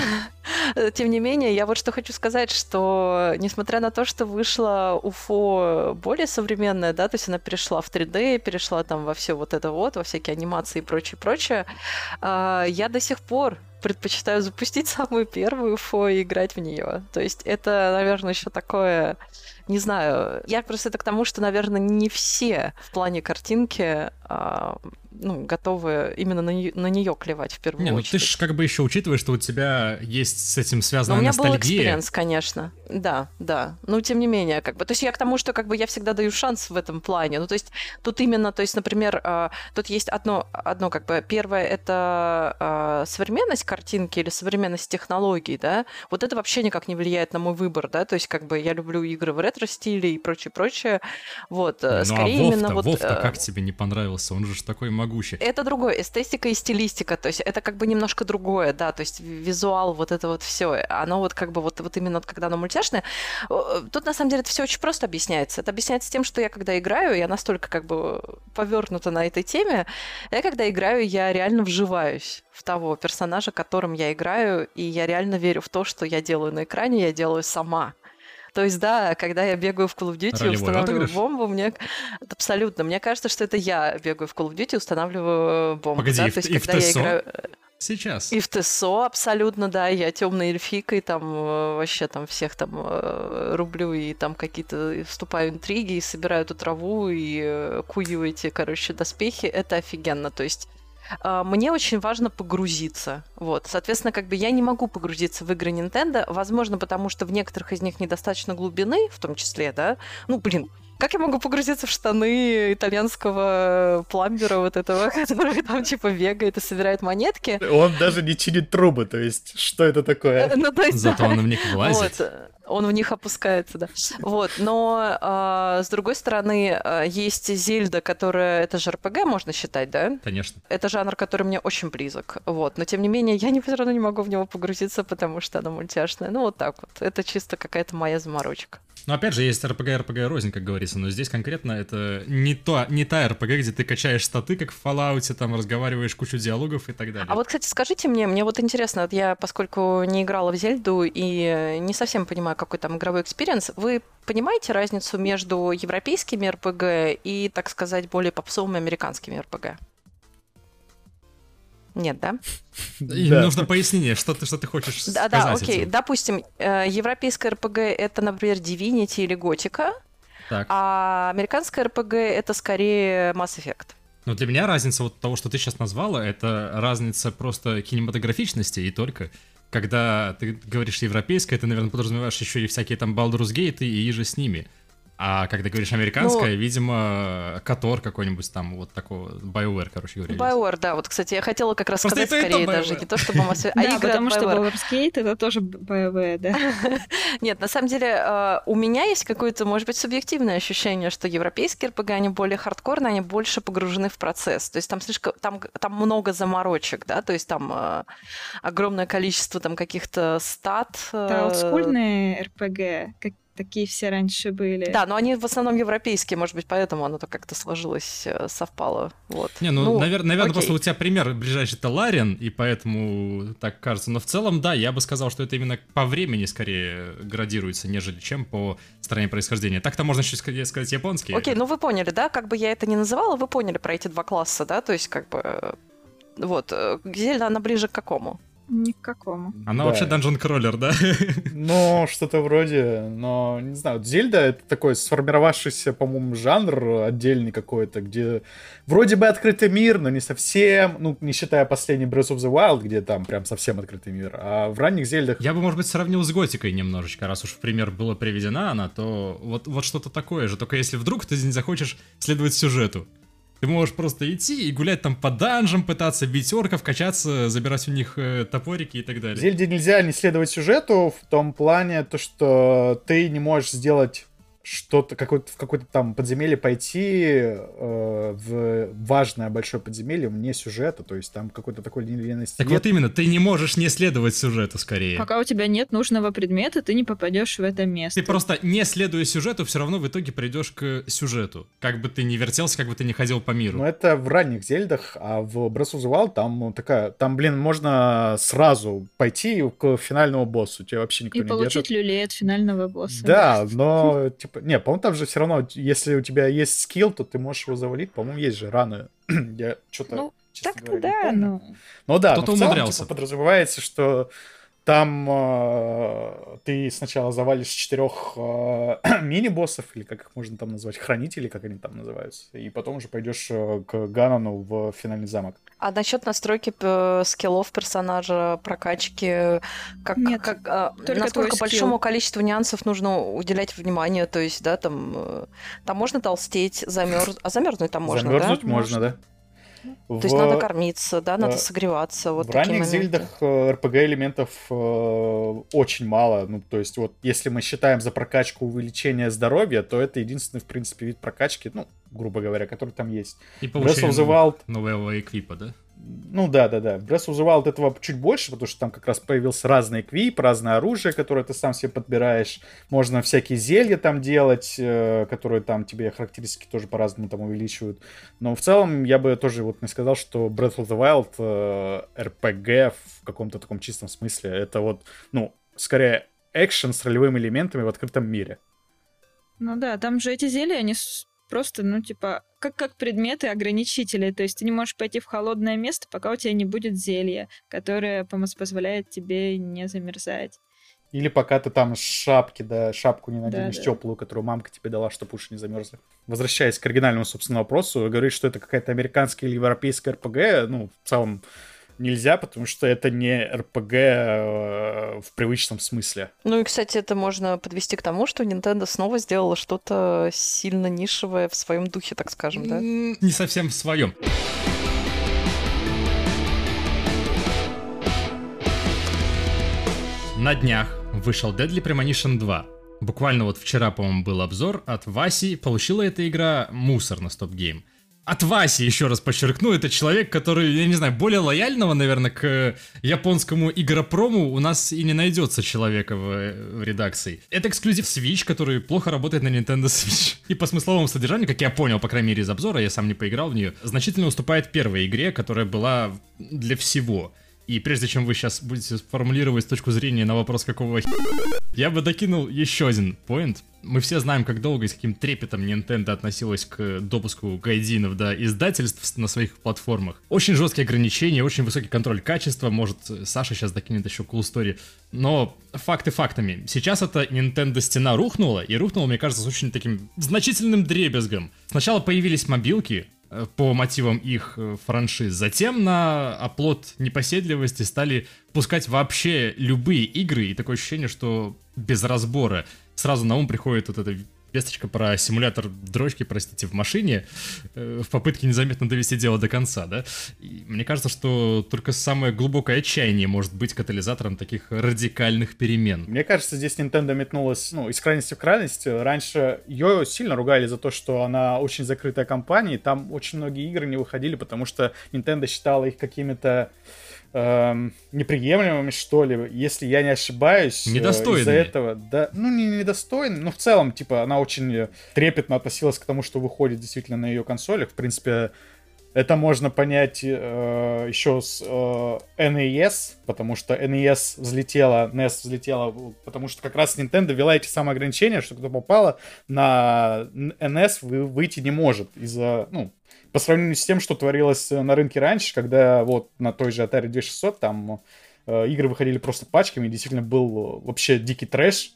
Speaker 4: Тем не менее, я вот что хочу сказать, что несмотря на то, что вышла Уфо более современная, да, то есть она перешла в три дэ, перешла там во все вот это вот, во всякие анимации и прочее, прочее, я до сих пор предпочитаю запустить самую первую Уфо и играть в нее. То есть это, наверное, еще такое... Не знаю, я просто это к тому, что, наверное, не все в плане картинки а, ну, готовы именно на, не- на нее клевать в первую
Speaker 1: не, ну
Speaker 4: очередь.
Speaker 1: ты же как бы еще учитываешь, что у тебя есть с этим связанная
Speaker 4: Но у меня
Speaker 1: ностальгия.
Speaker 4: был экспириенс, конечно. Да, да. Но тем не менее, как бы. То есть я к тому, что как бы я всегда даю шанс в этом плане. Ну, то есть тут именно, то есть, например, а, тут есть одно, одно как бы, первое, это а, современность картинки или современность технологий, да, вот это вообще никак не влияет на мой выбор, да, то есть как бы я люблю игры в ретро-стиле и прочее, прочее, вот,
Speaker 1: Ну
Speaker 4: скорее
Speaker 1: а Вов-то,
Speaker 4: именно вот...
Speaker 1: Вов-то
Speaker 4: э,
Speaker 1: как тебе не понравился? Он же ж такой могучий.
Speaker 4: Это другое, эстетика и стилистика, то есть это как бы немножко другое, да, то есть визуал, вот это вот все, оно вот как бы вот, вот именно когда оно мультяшное, тут на самом деле это все очень просто объясняется. Это объясняется тем, что я когда играю, я настолько как бы повернута на этой теме, я когда играю, я реально вживаюсь в того персонажа, которым я играю, и я реально верю в то, что я делаю на экране, я делаю сама. То есть, да, когда я бегаю в Call of Duty и устанавливаю
Speaker 1: отыгрыш?
Speaker 4: бомбу, мне... Абсолютно. Мне кажется, что это я бегаю в Call of Duty и устанавливаю бомбу.
Speaker 1: Погоди,
Speaker 4: да?
Speaker 1: и,
Speaker 4: То есть,
Speaker 1: и в
Speaker 4: когда я
Speaker 1: ТСО?
Speaker 4: играю...
Speaker 1: Сейчас.
Speaker 4: И в ТСО абсолютно, да, я темной эльфикой там э, вообще там всех там э, рублю и там какие-то вступаю в интриги и собираю эту траву и э, кую эти, короче, доспехи. Это офигенно. То есть э, мне очень важно погрузиться. Вот. Соответственно, как бы я не могу погрузиться в игры Nintendo, возможно, потому что в некоторых из них недостаточно глубины, в том числе, да. Ну, блин, как я могу погрузиться в штаны итальянского пламбера вот этого, который там типа бегает и собирает монетки?
Speaker 3: Он даже не чинит трубы, то есть что это такое?
Speaker 4: Ну, то есть,
Speaker 1: Зато
Speaker 4: да.
Speaker 1: он в них влазит.
Speaker 4: Вот. Он в них опускается, да. Вот. Но а, с другой стороны, а, есть Зельда, которая... Это же эр пи джи, можно считать, да?
Speaker 1: Конечно.
Speaker 4: Это жанр, который мне очень близок. Вот. Но тем не менее, я не, все равно не могу в него погрузиться, потому что она мультяшная. Ну, вот так вот. Это чисто какая-то моя заморочка.
Speaker 1: Ну, опять же, есть эр пи джи, эр пи джи рознь, как говорится, но здесь конкретно это не, то, не та эр пи джи, где ты качаешь статы, как в Fallout, там разговариваешь, кучу диалогов и так далее.
Speaker 4: А вот, кстати, скажите мне, мне вот интересно, вот я, поскольку не играла в Зельду и не совсем понимаю, какой там игровой экспириенс, вы понимаете разницу между европейскими эр пи джи и, так сказать, более попсовыми американскими эр пи джи? Нет, да?
Speaker 1: И
Speaker 3: Да.
Speaker 1: нужно пояснение, что ты, что ты хочешь
Speaker 4: Да,
Speaker 1: сказать
Speaker 4: да, окей.
Speaker 1: этим.
Speaker 4: Допустим, э, европейская эр пи джи это, например, Divinity или Готика,
Speaker 1: Так.
Speaker 4: а американская эр пи джи это скорее Mass Effect.
Speaker 1: Но для меня разница вот того, что ты сейчас назвала, это разница просто кинематографичности и только. Когда ты говоришь европейская, ты, наверное, подразумеваешь еще и всякие там Baldur's Gate и иже с ними. А когда говоришь американская,
Speaker 4: Ну-
Speaker 1: видимо, Котор какой-нибудь там, вот такого, BioWare, короче говоря. есть.
Speaker 4: BioWare, да, вот, кстати, я хотела как раз
Speaker 1: Просто
Speaker 4: сказать
Speaker 1: это и то
Speaker 4: скорее даже
Speaker 1: BioWare.
Speaker 4: не то, чтобы Mass Effect, а
Speaker 2: Да,
Speaker 4: игры от
Speaker 2: потому что
Speaker 4: BioWare.
Speaker 2: Baldur's Gate это тоже БВ, да.
Speaker 4: Нет, на самом деле, э, у меня есть какое-то, может быть, субъективное ощущение, что европейские эр пи джи, они более хардкорные, они больше погружены в процесс. То есть там слишком, там, там много заморочек, да, то есть там э, огромное количество там каких-то стат. э,
Speaker 2: Это олдскульные эр пи джи, как такие все раньше были.
Speaker 4: Да, но они в основном европейские, может быть, поэтому оно так как-то сложилось, э, совпало. Вот.
Speaker 1: Не, ну, навер- наверное,
Speaker 4: окей.
Speaker 1: просто у тебя пример ближайший это Ларин, и поэтому так кажется. Но в целом, да, я бы сказал, что это именно по времени скорее градируется, нежели чем по стране происхождения. Так-то можно еще ска- сказать японский.
Speaker 4: Окей, ну вы поняли, да, как бы я это не называла, вы поняли про эти два класса, да, то есть как бы... э, Вот, э, Зельда, она ближе к какому?
Speaker 2: Ни к какому.
Speaker 1: Она
Speaker 3: Да.
Speaker 1: вообще данжен-кроллер, да?
Speaker 3: Ну, что-то вроде, но, не знаю, Зельда — это такой сформировавшийся, по-моему, жанр отдельный какой-то, где вроде бы открытый мир, но не совсем, ну, не считая последний Breath of the Wild, где там прям совсем открытый мир, а в ранних Зельдах...
Speaker 1: Я бы, может быть, сравнил с Готикой немножечко, раз уж в пример была приведена она, то вот, вот что-то такое же. Только если вдруг ты не захочешь следовать сюжету. Ты можешь просто идти и гулять там по данжам, пытаться бить орков, качаться, забирать у них э, топорики и так
Speaker 3: В
Speaker 1: далее.
Speaker 3: Зельде нельзя не следовать сюжету в том плане, то, что ты не можешь сделать что-то, какой-то, в какое-то там подземелье пойти, э, в важное большое подземелье вне сюжета, то есть там какой-то такой линейности
Speaker 1: Так
Speaker 3: нет.
Speaker 1: вот именно, ты не можешь не следовать сюжету скорее.
Speaker 2: Пока у тебя нет нужного предмета, ты не попадешь в это место.
Speaker 1: Ты просто, не следуя сюжету, все равно в итоге придешь к сюжету. Как бы ты ни вертелся, как бы ты ни ходил по миру.
Speaker 3: Но это в ранних Зельдах, а в Breath of the Wild там ну, такая... Там, блин, можно сразу пойти к финальному боссу, тебя вообще никто
Speaker 2: И
Speaker 3: не
Speaker 2: получить
Speaker 3: держит.
Speaker 2: люлей от финального босса.
Speaker 3: Да, но, типа, не, по-моему, там же все равно, если у тебя есть скилл, то ты можешь его завалить. По-моему, есть же раны. Я что-то,
Speaker 2: Ну,
Speaker 3: честно
Speaker 2: так-то
Speaker 3: говоря, не
Speaker 2: да,
Speaker 3: помню.
Speaker 2: но...
Speaker 3: Ну да,
Speaker 1: Кто-то
Speaker 3: но в целом,
Speaker 1: умудрялся.
Speaker 3: типа, подразумевается, что там э, ты сначала завалишь четырех э, мини-боссов, или как их можно там назвать, хранителей, как они там называются, и потом уже пойдешь э, к Ганону в финальный замок.
Speaker 4: А насчет настройки э, скиллов персонажа, прокачки, как,
Speaker 2: Нет,
Speaker 4: как, а,
Speaker 2: только
Speaker 4: насколько
Speaker 2: твой
Speaker 4: большому
Speaker 2: скилл.
Speaker 4: количеству нюансов нужно уделять внимание, то есть, да, там, э, там можно толстеть, замерз... а замерзнуть там можно,
Speaker 3: Замерзнуть
Speaker 4: да?
Speaker 3: можно, да?
Speaker 4: То есть надо кормиться, да, надо
Speaker 3: э,
Speaker 4: согреваться, вот
Speaker 3: в
Speaker 4: такие
Speaker 3: ранних
Speaker 4: моменты.
Speaker 3: зельдах эр пи джи-элементов э, очень мало. Ну, то есть, вот если мы считаем за прокачку увеличение здоровья, то это единственный, в принципе, вид прокачки, ну, грубо говоря, который там есть.
Speaker 1: И
Speaker 3: Breath
Speaker 1: получение
Speaker 3: of the Wild,
Speaker 1: нового эквипа, да?
Speaker 3: ну да, да, да. В Breath of the Wild этого чуть больше, потому что там как раз появился разный эквип, разное оружие, которое ты сам себе подбираешь. Можно всякие зелья там делать, э, которые там тебе характеристики тоже по-разному там увеличивают. Но в целом я бы тоже вот не сказал, что Breath of the Wild э, эр пи джи в каком-то таком чистом смысле. Это вот, ну, скорее экшен с ролевыми элементами в открытом мире.
Speaker 2: Ну да, там же эти зелья, они просто, ну, типа, как, как предметы ограничители. То есть ты не можешь пойти в холодное место, пока у тебя не будет зелья, которое позволяет тебе не замерзать.
Speaker 3: Или пока ты там шапки, да, шапку не наденешь
Speaker 2: да, да.
Speaker 3: теплую, которую мамка тебе дала, чтобы уши не замерзли. Возвращаясь к оригинальному, собственно, вопросу, говорить, что это какая-то американская или европейская эр пи джи, ну, в целом нельзя, потому что это не эр пи джи э, в привычном смысле.
Speaker 4: Ну и, кстати, это можно подвести к тому, что Nintendo снова сделала что-то сильно нишевое в своем духе, так скажем, да?
Speaker 1: Не совсем в своем. На днях вышел Deadly Premonition два. Буквально вот вчера, по-моему, был обзор от Васи. Получила эта игра мусор на Stop Game. От Васи, еще раз подчеркну, это человек, который, я не знаю, более лояльного, наверное, к японскому игропрому у нас и не найдется человека в, в редакции. Это эксклюзив Switch, который плохо работает на Nintendo Switch. И по смысловому содержанию, как я понял, по крайней мере, из обзора, я сам не поиграл в нее, значительно уступает первой игре, которая была для всего. И прежде чем вы сейчас будете формулировать точку зрения на вопрос, какого хи... я бы докинул еще один поинт. Мы все знаем, как долго и с каким трепетом Nintendo относилась к допуску гайдинов до издательств на своих платформах. Очень жесткие ограничения, очень высокий контроль качества. Может, Саша сейчас докинет еще cool story. Но факты фактами. Сейчас эта Nintendo стена рухнула, и рухнула, мне кажется, с очень таким значительным дребезгом. Сначала появились мобилки по мотивам их франшиз. Затем на оплот непоседливости стали пускать вообще любые игры, и такое ощущение, что без разбора. Сразу на ум приходит вот эта весточка про симулятор дрочки, простите, в машине, э, в попытке незаметно довести дело до конца, да? И мне кажется, что только самое глубокое отчаяние может быть катализатором таких радикальных перемен.
Speaker 3: Мне кажется, здесь Nintendo метнулась, ну, из крайности в крайность. Раньше ее сильно ругали за то, что она очень закрытая компания, и там очень многие игры не выходили, потому что Nintendo считала их какими-то эм, неприемлемыми, что ли, если я не ошибаюсь.
Speaker 1: Недостойными.
Speaker 3: Из-за этого, да, ну, не недостойными, но в целом, типа, она очень трепетно относилась к тому, что выходит действительно на ее консолях. В принципе, это можно понять э, еще с э, эн и эс, потому что эн и эс взлетела, эн и эс взлетела, потому что как раз Nintendo ввела эти самые ограничения, что кто попало на эн и эс вы, выйти не может из-за, ну, по сравнению с тем, что творилось на рынке раньше, когда вот на той же Atari две тысячи шестьсот там э, игры выходили просто пачками, действительно был вообще дикий трэш.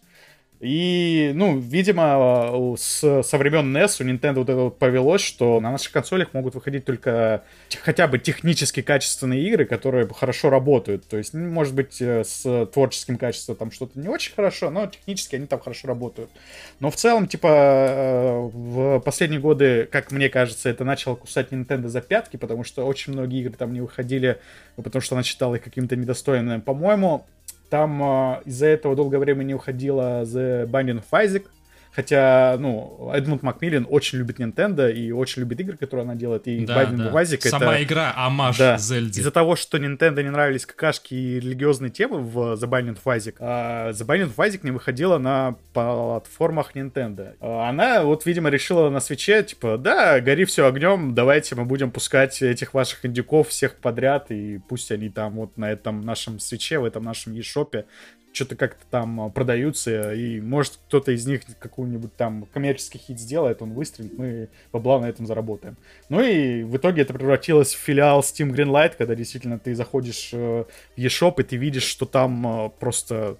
Speaker 3: И, ну, видимо, с, со времен эн и эс у Nintendo вот это вот повелось, что на наших консолях могут выходить только хотя бы технически качественные игры, которые хорошо работают. То есть, может быть, с творческим качеством там что-то не очень хорошо, но технически они там хорошо работают. Но в целом, типа, в последние годы, как мне кажется, это начало кусать Nintendo за пятки, потому что очень многие игры там не выходили, потому что она считала их каким-то недостойным. По-моему, там э, из-за этого долгое время не уходила The Binding of Isaac. Хотя, ну, Эдмунд Макмиллан очень любит Nintendo и очень любит игры, которые она делает. И
Speaker 1: да,
Speaker 3: Binding
Speaker 1: да.
Speaker 3: of Isaac
Speaker 1: Сама
Speaker 3: это...
Speaker 1: игра омаж
Speaker 3: да.
Speaker 1: Зельде.
Speaker 3: Из-за того, что Nintendo не нравились какашки и религиозные темы в The Binding of Isaac, а The Binding of Isaac не выходила на платформах Nintendo. Она, вот, видимо, решила на свитче, типа, да, гори все огнем, давайте мы будем пускать этих ваших индюков всех подряд, и пусть они там вот на этом нашем свитче, в этом нашем eShop что-то как-то там продаются, и может кто-то из них какой-нибудь там коммерческий хит сделает, он выстрелит, мы бабла на этом заработаем. Ну и в итоге это превратилось в филиал Steam Greenlight, когда действительно ты заходишь в eShop, и ты видишь, что там просто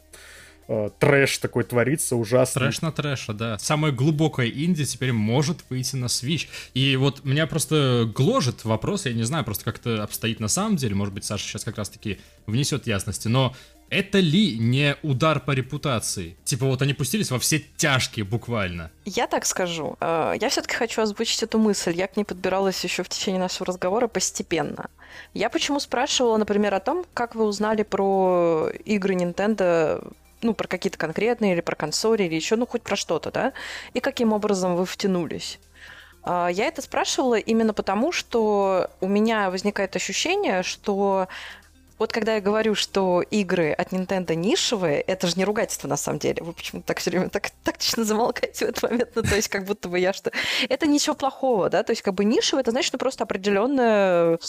Speaker 3: трэш такой творится, ужасный.
Speaker 1: Трэш на трэша, да. Самое глубокое инди теперь может выйти на Switch. И вот меня просто гложет вопрос, я не знаю просто как это обстоит на самом деле, может быть, Саша сейчас как раз-таки внесет ясности, но это ли не удар по репутации? Типа вот они пустились во все тяжкие буквально.
Speaker 4: Я так скажу. Я все-таки хочу озвучить эту мысль. Я к ней подбиралась еще в течение нашего разговора постепенно. Я почему спрашивала, например, о том, как вы узнали про игры Nintendo, ну, про какие-то конкретные, или про консоли, или еще, ну, хоть про что-то, да? И каким образом вы втянулись? Я это спрашивала именно потому, что у меня возникает ощущение, что вот когда я говорю, что игры от Nintendo нишевые, это же не ругательство на самом деле. Вы почему-то так все время так тактично замолкаете в этот момент, ну, то есть как будто бы я что... Это ничего плохого, да, то есть как бы нишевые, это значит, ну, просто определенная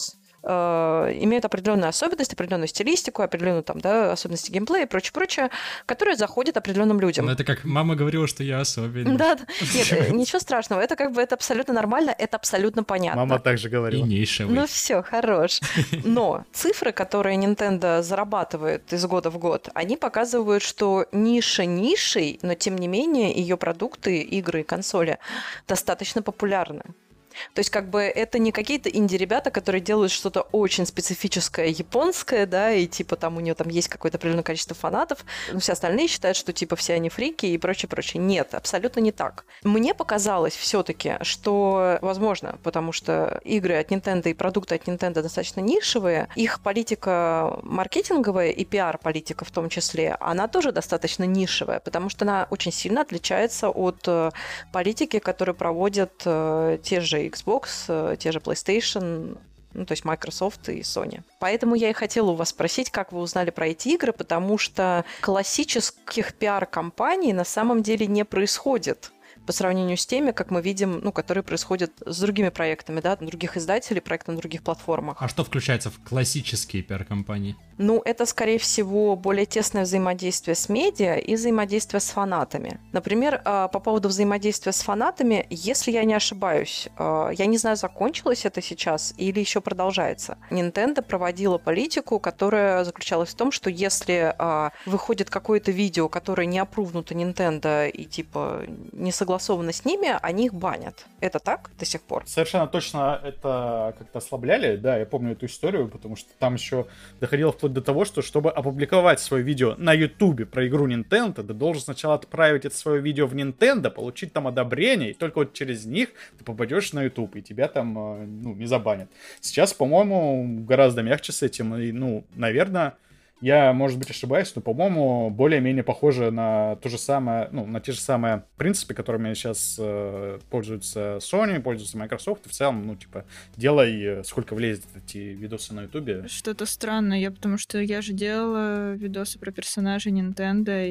Speaker 4: э, имеют определенную особенность, определенную стилистику, определенную там, да, особенности геймплея и прочее, прочее, которые заходят определенным людям.
Speaker 1: Ну, это как мама говорила, что я особенный.
Speaker 4: Да, нет, ничего страшного, это как бы это абсолютно нормально, это абсолютно понятно.
Speaker 3: Мама также говорила.
Speaker 1: И нишевый.
Speaker 4: Ну все, хорош. Но цифры, которые Nintendo зарабатывает из года в год, они показывают, что ниша нишей, но тем не менее ее продукты, игры и консоли достаточно популярны. То есть, как бы, это не какие-то инди-ребята, которые делают что-то очень специфическое японское, да, и, типа, там у нее там есть какое-то определенное количество фанатов, но все остальные считают, что, типа, все они фрики и прочее, прочее. Нет, абсолютно не так. Мне показалось все-таки, что, возможно, потому что игры от Nintendo и продукты от Nintendo достаточно нишевые, их политика маркетинговая и пиар-политика в том числе, она тоже достаточно нишевая, потому что она очень сильно отличается от политики, которую проводят те же Xbox, те же PlayStation, ну, то есть Microsoft и Sony. Поэтому я и хотела у вас спросить, как вы узнали про эти игры, потому что классических пиар-компаний на самом деле не происходит по сравнению с теми, как мы видим, ну, которые происходят с другими проектами, да, других издателей, проектов на других платформах.
Speaker 1: А что включается в классические пиар-компании?
Speaker 4: Ну, это, скорее всего, более тесное взаимодействие с медиа и взаимодействие с фанатами. Например, по поводу взаимодействия с фанатами, если я не ошибаюсь, я не знаю, закончилось это сейчас или еще продолжается. Nintendo проводила политику, которая заключалась в том, что если выходит какое-то видео, которое не опрувнуто Nintendo и, типа, не согласовано с ними, они их банят. Это так до сих пор?
Speaker 3: Совершенно точно это как-то ослабляли, да, я помню эту историю, потому что там еще доходило вплоть до того, что чтобы опубликовать свое видео на Ютубе про игру Nintendo, ты должен сначала отправить это свое видео в Nintendo, получить там одобрение, и только вот через них ты попадешь на YouTube, и тебя там, ну, не забанят. Сейчас, по-моему, гораздо мягче с этим, и, ну, наверное, я, может быть, ошибаюсь, но, по-моему, более-менее похоже на то же самое, ну, на те же самые принципы, которыми сейчас э, пользуются Sony, пользуются Microsoft, и в целом, ну, типа, делай, сколько влезет эти видосы на Ютубе.
Speaker 2: Что-то странное, я потому что я же делала видосы про персонажей Nintendo,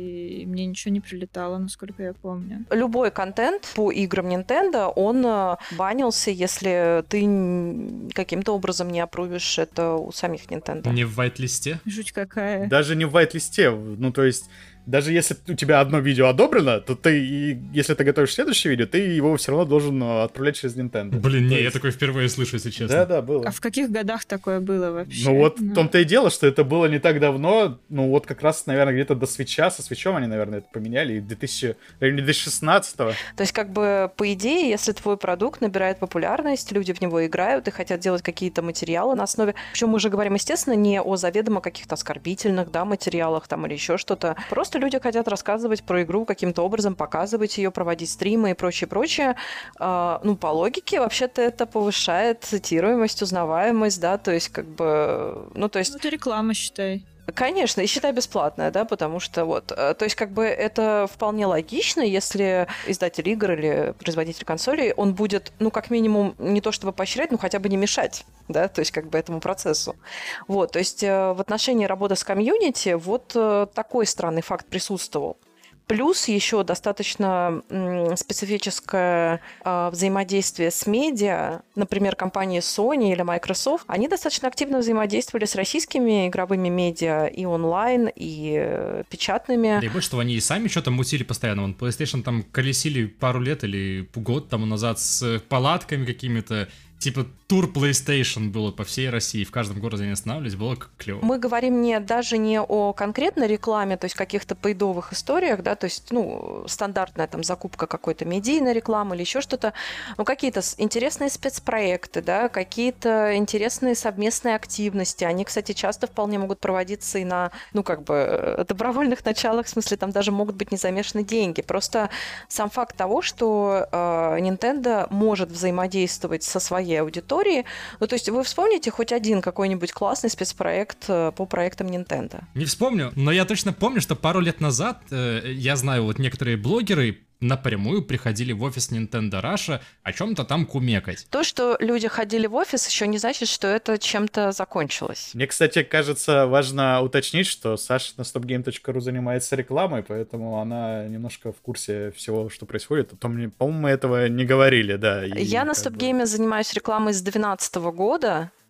Speaker 2: и мне ничего не прилетало, насколько я помню.
Speaker 4: Любой контент по играм Nintendo, он банился, если ты каким-то образом не опрувишь это у самих Nintendo.
Speaker 1: Не в вайт-листе?
Speaker 2: Какая.
Speaker 3: Даже не в вайт-листе, ну, то есть, даже если у тебя одно видео одобрено, то ты, и, если ты готовишь следующее видео, ты его все равно должен отправлять через Nintendo.
Speaker 1: Блин, не,
Speaker 3: есть...
Speaker 1: я такое впервые слышу, если честно.
Speaker 3: Да-да, было.
Speaker 2: А в каких годах такое было вообще?
Speaker 3: Ну вот,
Speaker 2: ну...
Speaker 3: в том-то и дело, что это было не так давно, ну вот как раз, наверное, где-то до Свитча, со Свитчом они, наверное, это поменяли, в две тысячи шестнадцатого.
Speaker 4: То есть, как бы, по идее, если твой продукт набирает популярность, люди в него играют и хотят делать какие-то материалы на основе... Причем мы уже говорим, естественно, не о заведомо каких-то оскорбительных, да, материалах там или еще что-то. Просто люди хотят рассказывать про игру каким-то образом, показывать ее, проводить стримы и прочее, прочее. А, ну, по логике, вообще-то это повышает цитируемость, узнаваемость, да, то есть, как бы... Ну, то есть...
Speaker 2: Ну, это реклама, считай.
Speaker 4: Конечно, и считай бесплатная, да, потому что вот, то есть как бы это вполне логично, если издатель игр или производитель консолей, он будет, ну, как минимум, не то чтобы поощрять, но хотя бы не мешать, да, то есть как бы этому процессу. Вот, то есть в отношении работы с комьюнити вот такой странный факт присутствовал. Плюс еще достаточно м, специфическое э, взаимодействие с медиа. Например, компании Sony или Microsoft, они достаточно активно взаимодействовали с российскими игровыми медиа и онлайн, и э, печатными.
Speaker 1: Да и больше того, они и сами что-то мутили постоянно. Вон PlayStation там колесили пару лет или год тому назад с палатками какими-то. Типа тур PlayStation было по всей России, в каждом городе они останавливались, было клево.
Speaker 4: Мы говорим не, даже не о конкретной рекламе, то есть каких-то пейдовых историях, да, то есть, ну, стандартная там закупка какой-то медийной рекламы или еще что-то, но какие-то интересные спецпроекты, да, какие-то интересные совместные активности. Они, кстати, часто вполне могут проводиться и на, ну, как бы, добровольных началах, в смысле, там даже могут быть не замешаны деньги. Просто сам факт того, что э, Nintendo может взаимодействовать со своей аудитории. Ну, то есть вы вспомните хоть один какой-нибудь классный спецпроект по проектам Nintendo?
Speaker 1: Не вспомню, но я точно помню, что пару лет назад, э, я знаю, вот некоторые блогеры напрямую приходили в офис Nintendo Russia о чем-то там кумекать.
Speaker 4: То, что люди ходили в офис, еще не значит, что это чем-то закончилось.
Speaker 3: Мне, кстати, кажется, важно уточнить, что Саша на стоп гейм точка ру занимается рекламой, поэтому она немножко в курсе всего, что происходит. А то мне, по-моему, мы этого не говорили, да.
Speaker 4: Я на стоп гейме занимаюсь рекламой с две тысячи двенадцатого года.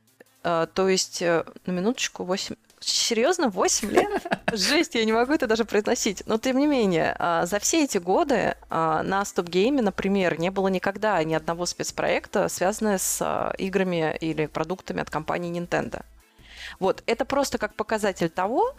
Speaker 4: А, то есть, на минуточку, восемь... Серьезно? восемь лет? Жесть, я не могу это даже произносить. Но, тем не менее, за все эти годы на Стоп-Гейме, например, не было никогда ни одного спецпроекта, связанного с играми или продуктами от компании Nintendo. Вот, это просто как показатель того,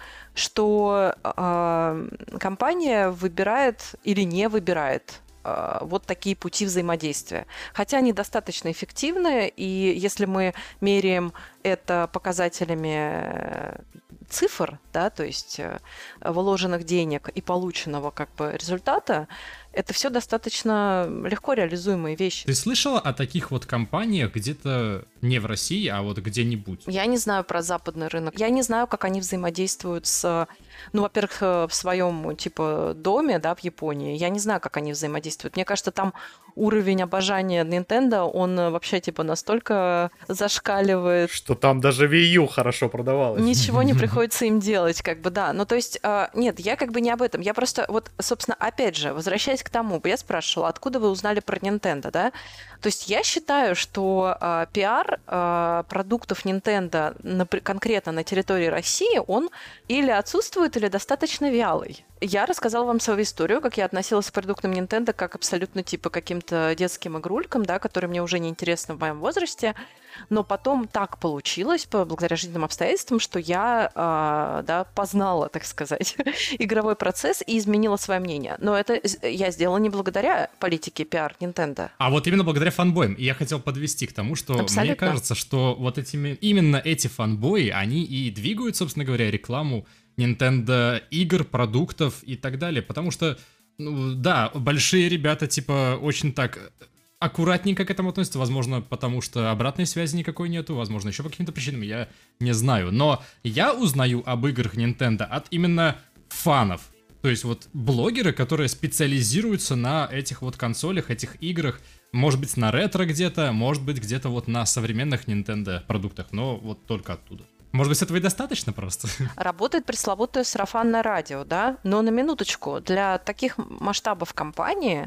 Speaker 4: что э, компания выбирает или не выбирает э, вот такие пути взаимодействия. Хотя они достаточно эффективны, и если мы меряем это показателями цифр, да, то есть э, вложенных денег и полученного как бы результата, это все достаточно легко реализуемые вещи.
Speaker 1: Ты слышала о таких вот компаниях где-то не в России, а вот где-нибудь?
Speaker 4: Я не знаю про западный рынок. Я не знаю, как они взаимодействуют с, ну, во-первых, в своем типа доме, да, в Японии. Я не знаю, как они взаимодействуют. Мне кажется, там уровень обожания Nintendo, он вообще типа настолько зашкаливает,
Speaker 3: что там даже Wii U хорошо продавалось.
Speaker 4: Ничего не приходится им делать, как бы, да. Ну, то есть, э, нет, я как бы не об этом. Я просто, вот, собственно, опять же, возвращаясь к тому, я спрашивала, откуда вы узнали про Nintendo, да? То есть я считаю, что э, пиар э, продуктов Nintendo на, конкретно на территории России, он или отсутствует, или достаточно вялый. Я рассказала вам свою историю, как я относилась к продуктам Nintendo как абсолютно типа каким-то детским игрулькам, да, которые мне уже не интересны в моем возрасте. Но потом так получилось, благодаря жизненным обстоятельствам, что я э, да, познала, так сказать, игровой процесс и изменила свое мнение. Но это я сделала не благодаря политике пиар Nintendo.
Speaker 1: А вот именно благодаря фанбоям. И я хотел подвести к тому, что Абсолютно. Мне кажется, что вот этими, именно эти фанбои, они и двигают, собственно говоря, рекламу Nintendo игр, продуктов и так далее. Потому что, ну, да, большие ребята, типа, очень так аккуратненько к этому относятся. Возможно, потому что обратной связи никакой нету. Возможно, еще по каким-то причинам, я не знаю. Но я узнаю об играх Nintendo от именно фанов. То есть вот блогеры, которые специализируются на этих вот консолях, этих играх. Может быть, на ретро где-то, может быть, где-то вот на современных Nintendo продуктах. Но вот только оттуда. Может быть, этого и достаточно просто?
Speaker 4: Работает пресловутое сарафанное радио, да? Но на минуточку, для таких масштабов компании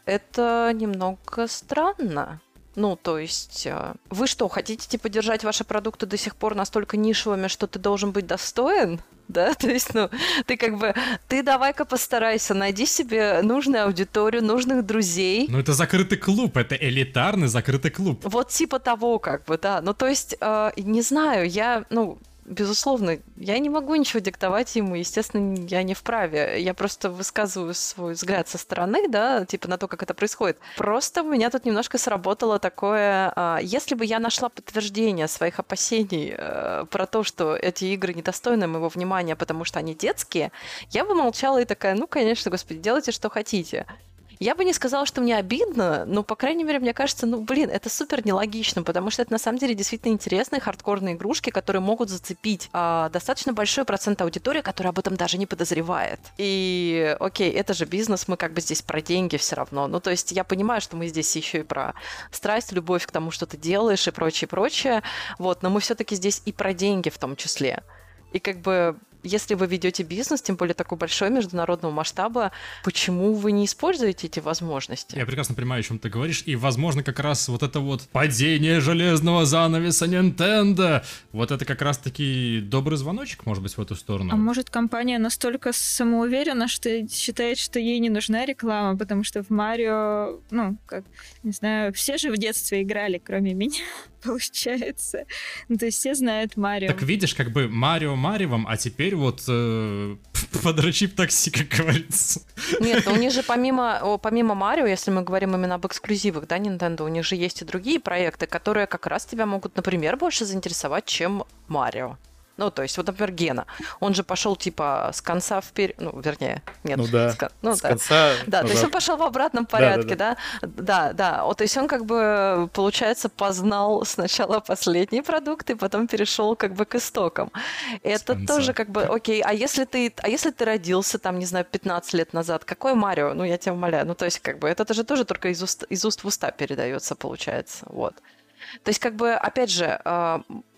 Speaker 4: это немного странно. Ну, то есть, вы что, хотите, типа, держать ваши продукты до сих пор настолько нишевыми, что ты должен быть достоин? Да, то есть, ну, ты как бы, ты давай-ка постарайся, найди себе нужную аудиторию, нужных друзей.
Speaker 1: Ну, это закрытый клуб, это элитарный закрытый клуб.
Speaker 4: Вот типа того, как бы, да. Ну, то есть, э, не знаю, я, ну, безусловно, я не могу ничего диктовать ему, естественно, я не вправе. Я просто высказываю свой взгляд со стороны, да, типа на то, как это происходит. Просто у меня тут немножко сработало такое... А, если бы я нашла подтверждение своих опасений а, про то, что эти игры недостойны моего внимания, потому что они детские, я бы молчала и такая, ну, конечно, господи, делайте, что хотите. Я бы не сказала, что мне обидно, но, по крайней мере, мне кажется, ну, блин, это супер нелогично, потому что это, на самом деле, действительно интересные хардкорные игрушки, которые могут зацепить а, достаточно большой процент аудитории, которая об этом даже не подозревает. И, окей, это же бизнес, мы как бы здесь про деньги все равно. Ну, то есть я понимаю, что мы здесь еще и про страсть, любовь к тому, что ты делаешь и прочее, прочее, вот, но мы все-таки здесь и про деньги в том числе. И как бы... Если вы ведете бизнес, тем более такой большой международного масштаба, почему вы не используете эти возможности?
Speaker 1: Я прекрасно понимаю, о чем ты говоришь, и, возможно, как раз вот это вот падение железного занавеса Nintendo, вот это как раз-таки добрый звоночек, может быть, в эту сторону.
Speaker 2: А может, компания настолько самоуверена, что считает, что ей не нужна реклама, потому что в Марио, ну, как, не знаю, все же в детстве играли, кроме меня, получается. Ну, то есть все знают Марио.
Speaker 1: Так видишь, как бы Марио Мариевом, а теперь вот э, подрочи в такси, как говорится.
Speaker 4: Нет, ну у них же помимо, помимо Марио, если мы говорим именно об эксклюзивах, да, Nintendo, у них же есть и другие проекты, которые как раз тебя могут, например, больше заинтересовать, чем Марио. Ну, то есть, вот, например, Гена. Он же пошел типа с конца вперед. Ну, вернее, нет.
Speaker 3: Ну да.
Speaker 4: С, ну,
Speaker 3: с
Speaker 4: да.
Speaker 3: конца.
Speaker 4: Да, то есть он пошел в обратном порядке, да? Да, да, да. да. Вот, то есть он как бы, получается, познал сначала последние продукты, потом перешел как бы к истокам. Это тоже как бы, окей, а если ты, а если ты родился там, не знаю, пятнадцать лет назад, какой Марио? Ну, я тебя умоляю. Ну, то есть, как бы, это же тоже только из уст, из уст в уста передается, получается. Вот. То есть, как бы, опять же,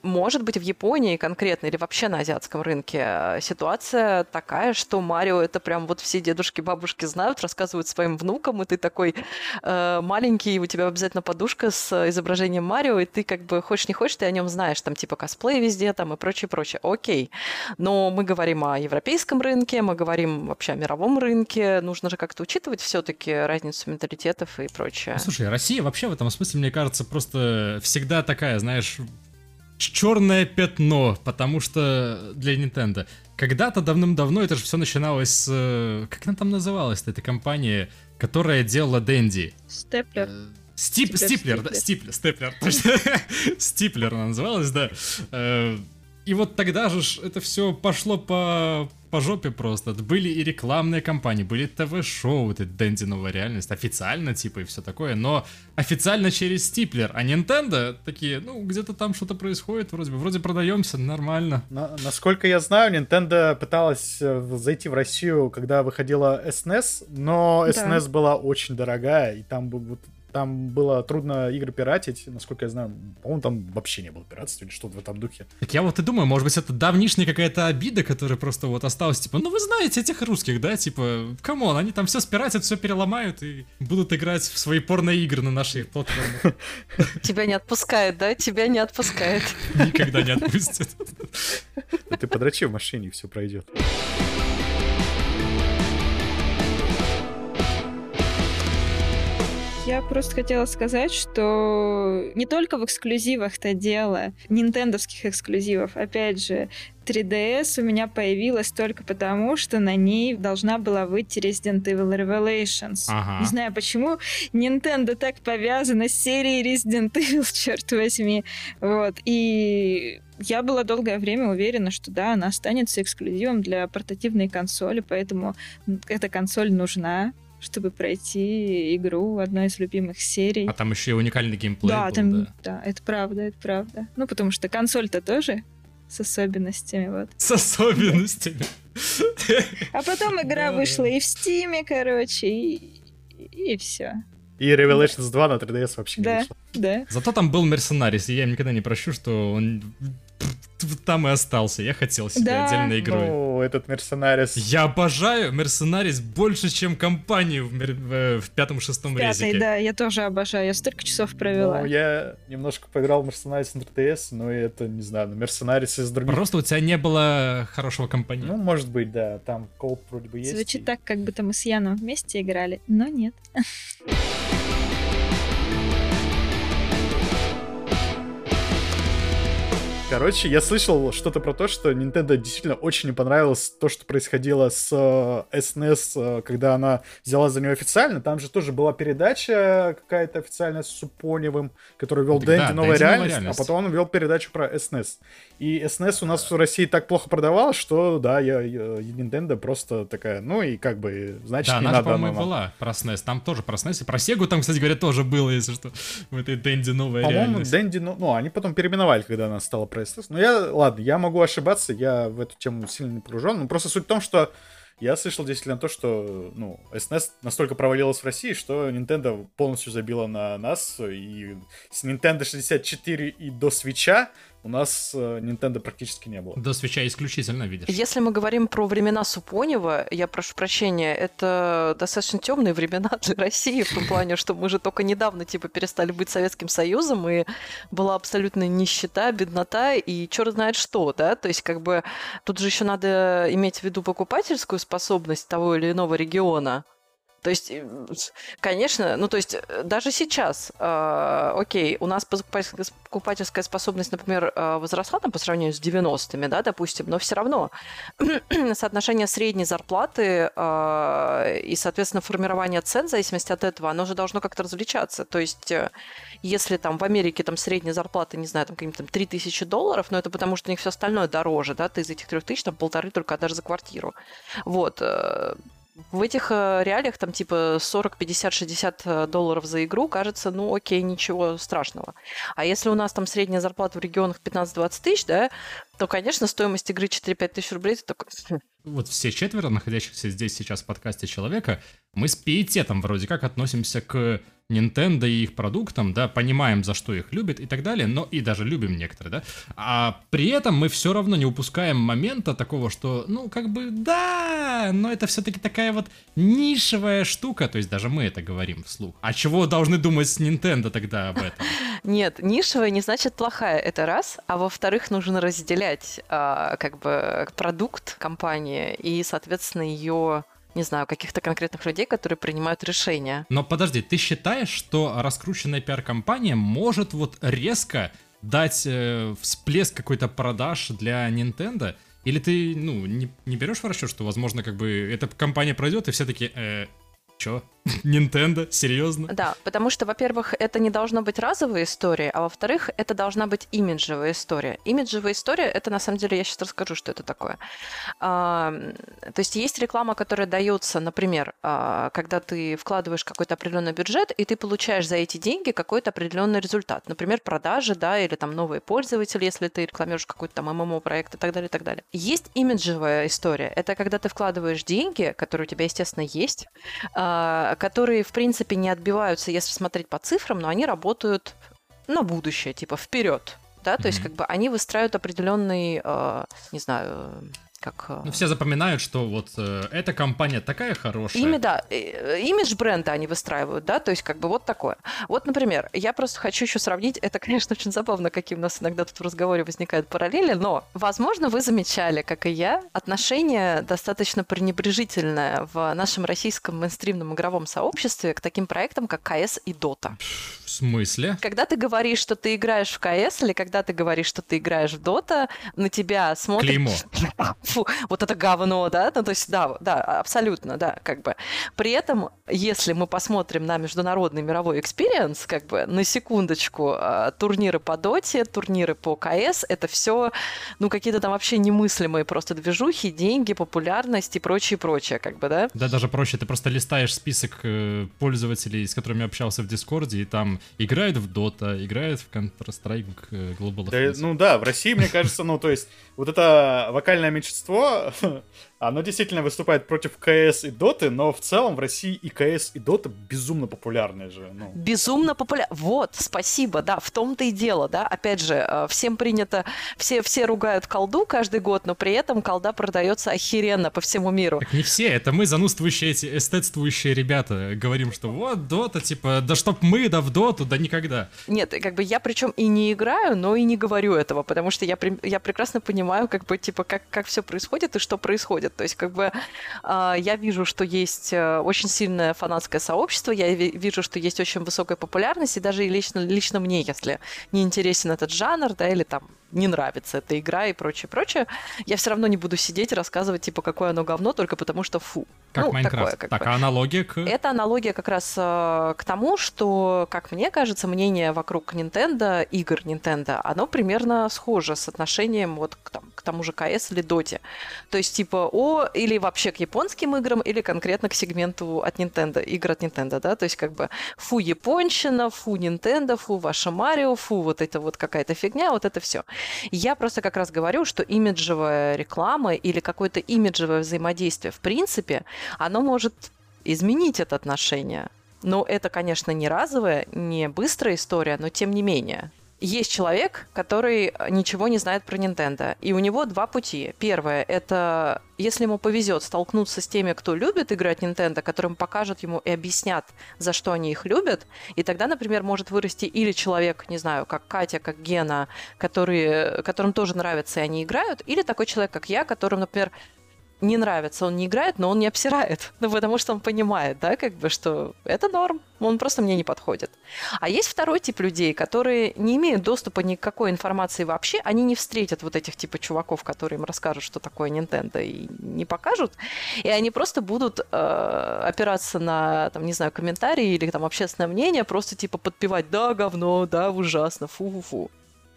Speaker 4: может быть, в Японии конкретно или вообще на азиатском рынке ситуация такая, что Марио — это прям вот все дедушки, бабушки знают, рассказывают своим внукам, и ты такой э, маленький, у тебя обязательно подушка с изображением Марио, и ты как бы хочешь не хочешь, ты о нем знаешь, там типа косплей везде там и прочее, прочее. Окей. Но мы говорим о европейском рынке, мы говорим вообще о мировом рынке, нужно же как-то учитывать все-таки разницу менталитетов и прочее.
Speaker 1: Ну, слушай, Россия вообще в этом смысле, мне кажется, просто всегда такая, знаешь, черное пятно, потому что для Nintendo. Когда-то давным-давно это же все начиналось с... Как она там называлась-то, эта компания, которая делала Дэнди?
Speaker 2: Степлер.
Speaker 1: Стип, стиплер, да, стиплер, степлер, точно. Стиплер она называлась, да. И вот тогда же это все пошло по, по жопе просто. Были и рекламные кампании, были ТВ-шоу, это Дэнди новая реальность, официально типа и все такое, но официально через стиплер. А Nintendo такие, ну, где-то там что-то происходит, вроде бы, вроде продаемся, нормально.
Speaker 3: На, насколько я знаю, Nintendo пыталась зайти в Россию, когда выходила эс эн эс, но эс эн эс да. была очень дорогая, и там вот Там было трудно игры пиратить, насколько я знаю. По-моему, там вообще не было пиратства или что-то в этом духе.
Speaker 1: Так я вот и думаю, может быть, это давнишняя какая-то обида, которая просто вот осталась, типа, ну вы знаете этих русских, да, типа, камон, они там все спиратят, все переломают и будут играть в свои порно-игры на наших платформах.
Speaker 4: Тебя не отпускает, да? Тебя не отпускает.
Speaker 1: Никогда не отпустят.
Speaker 3: Ты подрочи в машине, и все пройдет.
Speaker 2: Я просто хотела сказать, что не только в эксклюзивах-то дело, нинтендовских эксклюзивов. Опять же, три ди эс у меня появилась только потому, что на ней должна была выйти Resident Evil Revelations.
Speaker 1: Ага.
Speaker 2: Не знаю, почему Nintendo так повязана с серией Resident Evil, черт возьми. Вот. И я была долгое время уверена, что да, она останется эксклюзивом для портативной консоли, поэтому эта консоль нужна, чтобы пройти игру, одной из любимых серий.
Speaker 1: А там еще и уникальный геймплей
Speaker 2: да,
Speaker 1: был,
Speaker 2: там,
Speaker 1: да.
Speaker 2: Да, это правда, это правда. Ну, потому что консоль-то тоже с особенностями, вот.
Speaker 1: С особенностями.
Speaker 2: А потом игра вышла и в Стиме, короче, и, и все.
Speaker 3: И Revelations два на три ди эс вообще не вышло.
Speaker 2: Да, да.
Speaker 1: Зато там был Мерсенарис, и я им никогда не прощу, что он там и остался. Я хотел себе
Speaker 2: да.
Speaker 1: отдельной игрой.
Speaker 3: Ну, этот Мерсенарис.
Speaker 1: Я обожаю Мерсенарис больше, чем компанию в, в, в пятом-шестом резике.
Speaker 2: Да, я тоже обожаю. Я столько часов провела.
Speaker 3: Ну, я немножко поиграл в Мерсенарис на три ди эс, но это, не знаю, на Мерсенарис из других...
Speaker 1: Просто у тебя не было хорошего компаньона.
Speaker 3: Ну, может быть, да. Там колд вроде бы есть.
Speaker 2: Звучит
Speaker 3: и...
Speaker 2: так, как будто мы с Яном вместе играли, но нет.
Speaker 3: Короче, я слышал что-то про то, что Nintendo действительно очень не понравилось то, что происходило с э, эс эн эс, э, когда она взяла за нее официально. Там же тоже была передача какая-то официальная с Супоневым, который вел Дэнди, да, новая, реальность, новая реальность, а потом он вел передачу про эс эн эс. И эс эн эс у нас в России так плохо продавалось, что, да, я, я, Nintendo просто такая, ну и как бы, значит,
Speaker 1: да,
Speaker 3: не
Speaker 1: надо. Да,
Speaker 3: надо.
Speaker 1: по-моему, была про эс эн эс. Там тоже про эс эн эс. И про Сегу там, кстати говоря, тоже было, если что, в этой Дэнди новая
Speaker 3: по-моему,
Speaker 1: реальность.
Speaker 3: Дэнди, ну, ну, они потом переименовали, когда она стала про эс эн эс. Но я, ладно, я могу ошибаться, я в эту тему сильно не погружен. Но просто суть в том, что я слышал действительно то, что, ну, эс эн эс настолько провалилась в России, что Nintendo полностью забила на нас. И с Nintendo шестьдесят четыре и до Switch'а у нас Nintendo практически не было.
Speaker 1: До Switch'а исключительно, видишь.
Speaker 4: Если мы говорим про времена Супонева, я прошу прощения, это достаточно темные времена для России, в том плане, что мы же только недавно типа перестали быть Советским Союзом, и была абсолютная нищета, беднота, и черт знает что, да? То есть как бы тут же еще надо иметь в виду покупательскую способность того или иного региона. То есть, конечно, ну то есть даже сейчас, э, окей, у нас покупательская способность, например, возросла там по сравнению с девяностыми, да, допустим, но все равно соотношение средней зарплаты э, и, соответственно, формирование цен в зависимости от этого, оно же должно как-то различаться. То есть, если там в Америке там средняя зарплата, не знаю, там какие-то три тысячи долларов, но это потому, что у них все остальное дороже, да, ты из этих трех тысяч там полторы только отдашь за квартиру. Вот. В этих реалиях там типа сорок, пятьдесят, шестьдесят долларов за игру кажется, ну окей, ничего страшного. А если у нас там средняя зарплата в регионах пятнадцать-двадцать тысяч, да, то, конечно, стоимость игры четыре-пять тысяч рублей, это такой...
Speaker 1: Вот все четверо находящихся здесь сейчас в подкасте человека, мы с пиететом вроде как относимся к Nintendo и их продуктам, да, понимаем, за что их любят и так далее, но и даже любим некоторые, да, а при этом мы все равно не упускаем момента такого, что, ну, как бы, да, но это все-таки такая вот нишевая штука, то есть даже мы это говорим вслух. А чего должны думать с Nintendo тогда об этом?
Speaker 4: Нет, нишевая не значит плохая, это раз, а во-вторых, нужно разделять а, как бы продукт компании и, соответственно, ее, не знаю, каких-то конкретных людей, которые принимают решения.
Speaker 1: Но подожди, ты считаешь, что раскрученная пиар-компания может вот резко дать э, всплеск какой-то продаж для Nintendo? Или ты, ну, не, не берешь в расчет, что, возможно, как бы эта компания пройдет, и все таки э, чё? Nintendo? Серьезно?
Speaker 4: Да, потому что, во-первых, это не должно быть разовая история, а во-вторых, это должна быть имиджевая история. Имиджевая история, это на самом деле, я сейчас расскажу, что это такое. А, то есть есть реклама, которая дается, например, а, когда ты вкладываешь какой-то определенный бюджет, и ты получаешь за эти деньги какой-то определенный результат. Например, продажи, да, или там новые пользователи, если ты рекламируешь какой-то там эм эм о-проект и так далее, и так далее. Есть имиджевая история. Это когда ты вкладываешь деньги, которые у тебя, естественно, есть, которые, в принципе, не отбиваются, если смотреть по цифрам, но они работают на будущее, типа вперед, да, то mm-hmm. есть как бы они выстраивают определенный, э, не знаю, как...
Speaker 1: Ну, все запоминают, что вот э, эта компания такая хорошая.
Speaker 4: Ими, да, имидж бренда они выстраивают, да, то есть как бы вот такое. Вот, например, я просто хочу еще сравнить, это, конечно, очень забавно, какие у нас иногда тут в разговоре возникают параллели, но, возможно, вы замечали, как и я, отношение достаточно пренебрежительное в нашем российском мейнстримном игровом сообществе к таким проектам, как ка эс и Dota.
Speaker 1: В смысле?
Speaker 4: Когда ты говоришь, что ты играешь в ка эс, или когда ты говоришь, что ты играешь в Dota, на тебя смотрят...
Speaker 1: Клеймо.
Speaker 4: Фу, вот это говно, да? Ну, то есть, да, да, абсолютно, да, как бы. При этом, если мы посмотрим на международный мировой экспириенс, как бы, на секундочку, турниры по доте, турниры по ка эс, это все, ну, какие-то там вообще немыслимые просто движухи, деньги, популярность и прочее, прочее, как бы, да?
Speaker 1: Да, даже проще, ты просто листаешь список пользователей, с которыми общался в Дискорде, и там играют в Dota, играют в Counter-Strike Global Offensive.
Speaker 3: Да, ну да, в России, мне кажется, ну, то есть, вот это вокальное меньшинство, оно действительно выступает против ка эс и Доты, но в целом в России и ка эс, и Дота безумно популярны же. Ну.
Speaker 4: Безумно популярны. Вот, спасибо, да, в том-то и дело, да. Опять же, всем принято, все, все ругают колду каждый год, но при этом колда продается охеренно по всему миру.
Speaker 1: Так не все, это мы, занудствующие эти, эстетствующие ребята, говорим, что вот Дота, типа, да чтоб мы, да в Доту, да никогда.
Speaker 4: Нет, как бы я причем и не играю, но и не говорю этого, потому что я, я прекрасно понимаю, как бы, типа, как, как все происходит и что происходит. То есть, как бы, э, я вижу, что есть очень сильное фанатское сообщество, я вижу, что есть очень высокая популярность, и даже лично, лично мне, если не интересен этот жанр, да, или там не нравится эта игра и прочее, прочее, я все равно не буду сидеть и рассказывать, типа, какое оно говно, только потому что фу.
Speaker 1: Как
Speaker 4: ну,
Speaker 1: Майнкрафт.
Speaker 4: Такое, как
Speaker 1: так,
Speaker 4: бы.
Speaker 1: а аналогия к...
Speaker 4: Это аналогия как раз э, к тому, что, как мне кажется, мнение вокруг Nintendo, игр Nintendo, оно примерно схоже с отношением вот к, там, к тому же ка эс или Доте. То есть, типа, о, или вообще к японским играм, или конкретно к сегменту от Nintendo, игр от Nintendo, да, то есть, как бы, фу, японщина, фу, Nintendo, фу, ваше Марио, фу, вот это вот какая-то фигня, вот это все. Я просто как раз говорю, что имиджевая реклама или какое-то имиджевое взаимодействие, в принципе, оно может изменить это отношение. Но это, конечно, не разовая, не быстрая история, но тем не менее. Есть человек, который ничего не знает про Nintendo, и у него два пути. Первое – это, если ему повезет столкнуться с теми, кто любит играть в Nintendo, которым покажут ему и объяснят, за что они их любят, и тогда, например, может вырасти или человек, не знаю, как Катя, как Гена, которые, которым тоже нравится, и они играют, или такой человек, как я, которым, например, не нравится, он не играет, но он не обсирает. Ну, потому что он понимает, да, как бы, что это норм, он просто мне не подходит. А есть второй тип людей, которые не имеют доступа ни к какой информации вообще, они не встретят вот этих типа чуваков, которые им расскажут, что такое Nintendo, и не покажут, и они просто будут э, опираться на, там, не знаю, комментарии или там общественное мнение, просто типа подпевать: да, говно, да, ужасно, фу-фу-фу.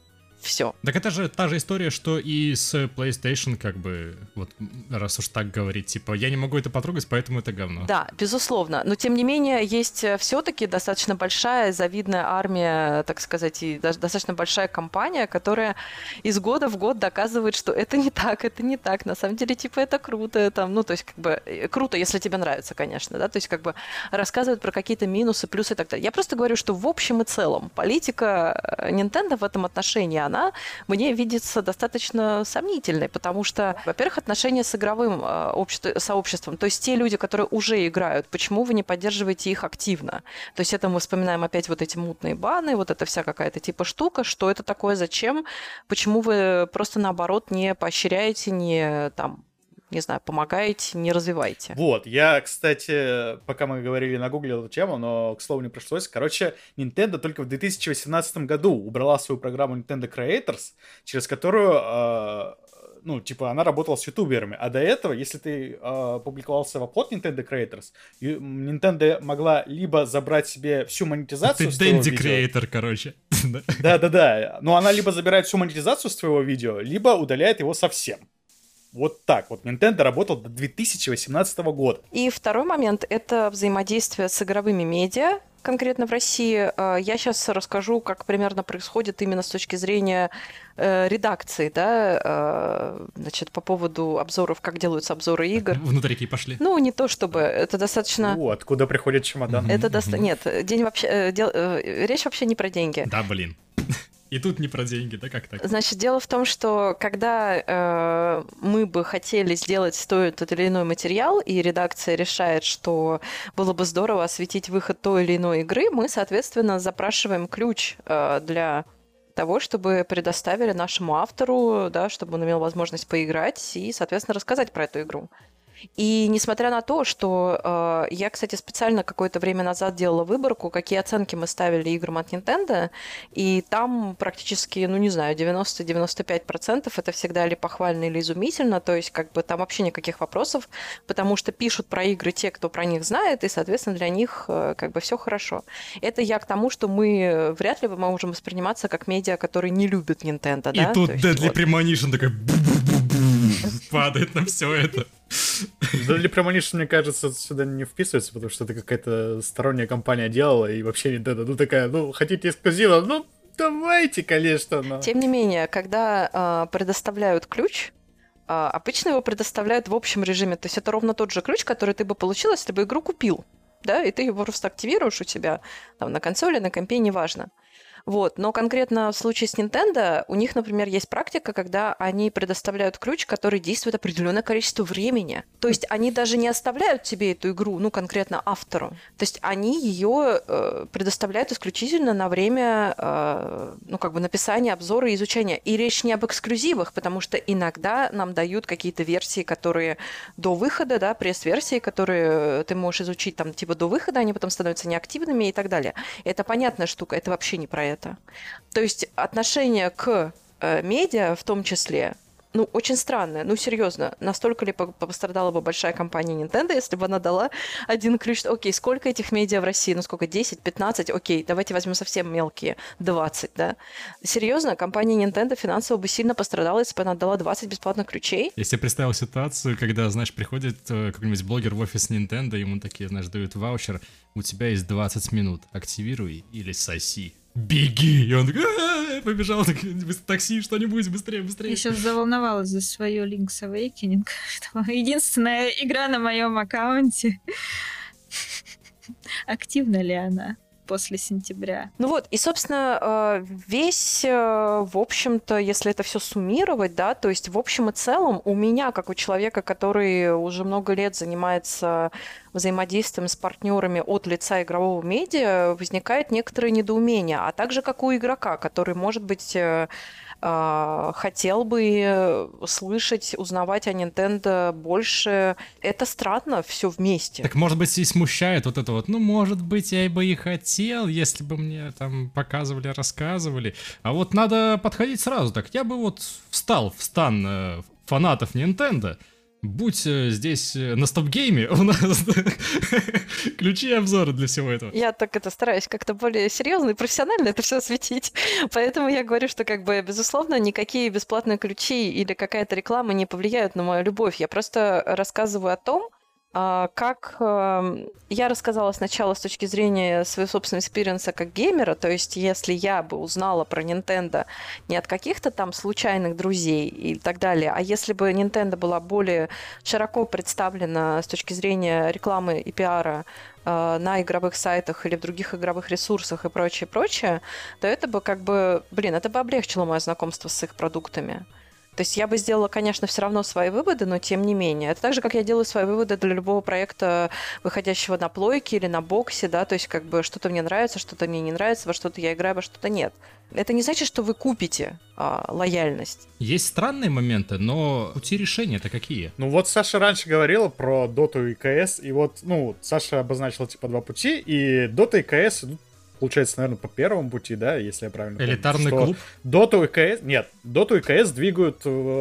Speaker 4: Все.
Speaker 1: Так это же та же история, что и с PlayStation, как бы, вот, раз уж так говорить, типа, я не могу это потрогать, поэтому это говно.
Speaker 4: Да, безусловно. Но, тем не менее, есть все-таки достаточно большая, завидная армия, так сказать, и даже достаточно большая компания, которая из года в год доказывает, что это не так, это не так. На самом деле, типа, это круто. Там, ну, то есть, как бы, круто, если тебе нравится, конечно, да, то есть, как бы, рассказывают про какие-то минусы, плюсы и так далее. Я просто говорю, что в общем и целом политика Nintendo в этом отношении, она она мне видится достаточно сомнительной, потому что, во-первых, отношения с игровым э, обществом, сообществом, то есть те люди, которые уже играют, почему вы не поддерживаете их активно? То есть это мы вспоминаем опять вот эти мутные баны, вот эта вся какая-то типа штука, что это такое, зачем, почему вы просто наоборот не поощряете, не там, не знаю, помогаете, не развиваете.
Speaker 3: Вот, я, кстати, пока мы говорили, нагуглил эту тему, но, к слову, не пришлось. Короче, Nintendo только в две тысячи восемнадцатом году убрала свою программу Nintendo Creators, через которую, э, ну, типа, она работала с ютуберами. А до этого, если ты э, публиковался в оплот Nintendo Creators, Nintendo могла либо забрать себе всю монетизацию
Speaker 1: ты
Speaker 3: с твоего
Speaker 1: Дэнди
Speaker 3: видео...
Speaker 1: Creator, короче.
Speaker 3: Да-да-да, но она либо забирает всю монетизацию с твоего видео, либо удаляет его совсем. Вот так вот Nintendo работал до две тысячи восемнадцатого года.
Speaker 4: И второй момент — это взаимодействие с игровыми медиа, конкретно в России. Я сейчас расскажу, как примерно происходит именно с точки зрения э, редакции, да, э, значит, по поводу обзоров, как делаются обзоры игр.
Speaker 1: Внутрики пошли.
Speaker 4: Ну, не то чтобы, это достаточно...
Speaker 3: О, откуда приходит чемодан?
Speaker 4: Это доста... Нет, день вообще... э, дел... э, речь вообще не про деньги.
Speaker 1: Да, блин. И тут не про деньги, да как так?
Speaker 4: Значит, дело в том, что когда э, мы бы хотели сделать тот или иной материал, и редакция решает, что было бы здорово осветить выход той или иной игры, мы, соответственно, запрашиваем ключ э, для того, чтобы предоставили нашему автору, да, чтобы он имел возможность поиграть и, соответственно, рассказать про эту игру. И несмотря на то, что э, я, кстати, специально какое-то время назад делала выборку, какие оценки мы ставили играм от Nintendo, и там практически, ну не знаю, девяносто-девяносто пять процентов это всегда или похвально, или изумительно, то есть как бы там вообще никаких вопросов, потому что пишут про игры те, кто про них знает, и, соответственно, для них э, как бы все хорошо. Это я к тому, что мы вряд ли мы можем восприниматься как медиа, которые не любят Nintendo,
Speaker 1: и
Speaker 4: да?
Speaker 1: тут
Speaker 4: есть,
Speaker 1: Deadly
Speaker 4: вот.
Speaker 1: Premonition такой падает на все это.
Speaker 3: Deadly Premonition, мне кажется, сюда не вписывается, потому что это какая-то сторонняя компания делала, и вообще Nintendo, ну такая, ну, хотите эксклюзива, ну, давайте, конечно, но...
Speaker 4: Тем не менее, когда э, предоставляют ключ, э, обычно его предоставляют в общем режиме, то есть это ровно тот же ключ, который ты бы получил, если бы игру купил, да, и ты его просто активируешь у себя там, на консоли, на компе, неважно. Вот. Но конкретно в случае с Nintendo у них, например, есть практика, когда они предоставляют ключ, который действует определенное количество времени. То есть они даже не оставляют тебе эту игру, ну, конкретно автору. То есть они ее э, предоставляют исключительно на время, э, ну, как бы написания, обзора и изучения. И речь не об эксклюзивах, потому что иногда нам дают какие-то версии, которые до выхода, да, пресс-версии, которые ты можешь изучить там типа до выхода, они потом становятся неактивными и так далее. Это понятная штука, это вообще не про это. Это. То есть отношение к э, медиа в том числе, ну, очень странное. Ну, серьезно, настолько ли пострадала бы большая компания Nintendo, если бы она дала один ключ? Окей, сколько этих медиа в России? Ну, сколько? десять, пятнадцать? Окей, давайте возьмем совсем мелкие. двадцать, да? Серьезно, компания Nintendo финансово бы сильно пострадала, если бы она дала двадцать бесплатных ключей?
Speaker 1: Я себе представил ситуацию, когда, знаешь, приходит э, какой-нибудь блогер в офис Nintendo, ему такие, знаешь, дают ваучер, у тебя есть двадцать минут, активируй или соси. Беги! И он такой, побежал, так, такси, что-нибудь, быстрее, быстрее.
Speaker 2: Я сейчас заволновалась за свою Link's Awakening. Это единственная игра на моем аккаунте. Активна ли она после сентября?
Speaker 4: Ну вот, и, собственно, весь, в общем-то, если это все суммировать, да, то есть в общем и целом у меня, как у человека, который уже много лет занимается взаимодействием с партнерами от лица игрового медиа, возникает некоторое недоумение, а также как у игрока, который, может быть, хотел бы слышать, узнавать о Nintendo больше. Это странно все вместе.
Speaker 1: Так, может быть, и смущает вот это вот, ну, может быть, я бы и хотел, если бы мне там показывали, рассказывали. А вот надо подходить сразу так. Я бы вот встал в стан фанатов Nintendo, Будь э, здесь э, на стоп-гейме, у нас ключи и обзоры для всего этого.
Speaker 4: Я так это стараюсь как-то более серьезно и профессионально это все осветить. Поэтому я говорю, что, как бы, безусловно, никакие бесплатные ключи или какая-то реклама не повлияют на мою любовь. Я просто рассказываю о том, а, как э, я рассказала сначала с точки зрения своего собственного экспириенса как геймера, то есть если я бы узнала про Nintendo не от каких-то там случайных друзей и так далее, а если бы Nintendo была более широко представлена с точки зрения рекламы и пиара э, на игровых сайтах или в других игровых ресурсах и прочее, прочее, то это бы как бы, блин, это бы облегчило мое знакомство с их продуктами. То есть я бы сделала, конечно, все равно свои выводы, но тем не менее. Это так же, как я делаю свои выводы для любого проекта, выходящего на плойке или на боксе, да, то есть как бы что-то мне нравится, что-то мне не нравится, во что-то я играю, во что-то нет. Это не значит, что вы купите а, лояльность.
Speaker 1: Есть странные моменты, но пути решения-то какие?
Speaker 3: Ну вот Саша раньше говорила про Доту и КС, и вот, ну, Саша обозначила типа два пути, и Дота и КС идут, получается, наверное, по первому пути, да, если я правильно помню.
Speaker 1: Элитарный
Speaker 3: что
Speaker 1: клуб?
Speaker 3: Доту и КС... Нет, Доту и КС двигают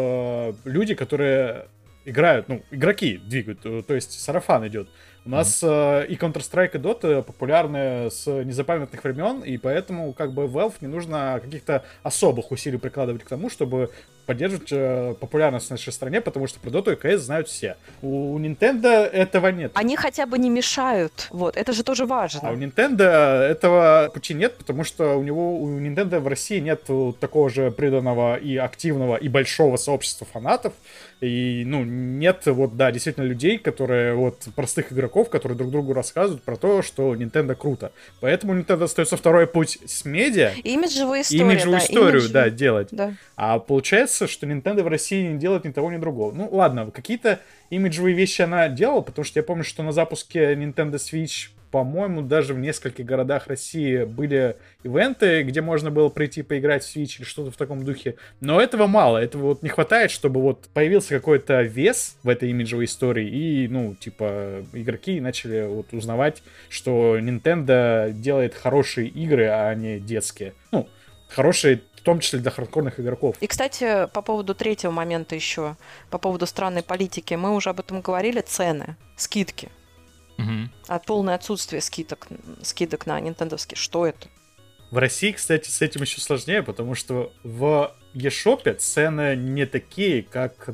Speaker 3: э, люди, которые играют, ну, игроки двигают, то есть сарафан идет. У нас э, и Counter-Strike, и Dota популярны с незапамятных времен, и поэтому как бы Valve не нужно каких-то особых усилий прикладывать к тому, чтобы поддерживать э, популярность в нашей стране, потому что про Dota и КС знают все. У Nintendo этого нет.
Speaker 4: Они хотя бы не мешают, вот, это же тоже важно.
Speaker 3: А у Nintendo этого пути нет, потому что у него, у Nintendo в России нет такого же преданного и активного, и большого сообщества фанатов, и, ну, нет, вот, да, действительно людей, которые, вот, простых игроков, которые друг другу рассказывают про то, что Nintendo круто. Поэтому у Nintendo остается второй путь с медиа.
Speaker 4: Имиджевую историю,
Speaker 3: Имиджевую
Speaker 4: да,
Speaker 3: историю,
Speaker 4: имиджевую.
Speaker 3: да, делать.
Speaker 4: Да.
Speaker 3: А получается, что Nintendo в России не делает ни того, ни другого. Ну, ладно, какие-то имиджевые вещи она делала, потому что я помню, что на запуске Nintendo Switch, по-моему, даже в нескольких городах России были ивенты, где можно было прийти поиграть в Switch или что-то в таком духе. Но этого мало, этого вот не хватает, чтобы вот появился какой-то вес в этой имиджевой истории, и, ну, типа, игроки начали вот узнавать, что Nintendo делает хорошие игры, а не детские. Ну, хорошие, в том числе для хардкорных игроков.
Speaker 4: И, кстати, по поводу третьего момента еще, по поводу странной политики, мы уже об этом говорили, цены, скидки.
Speaker 1: Угу.
Speaker 4: А полное отсутствие скидок, скидок на нинтендовские. Что это?
Speaker 3: В России, кстати, с этим еще сложнее, потому что в eShop цены не такие, как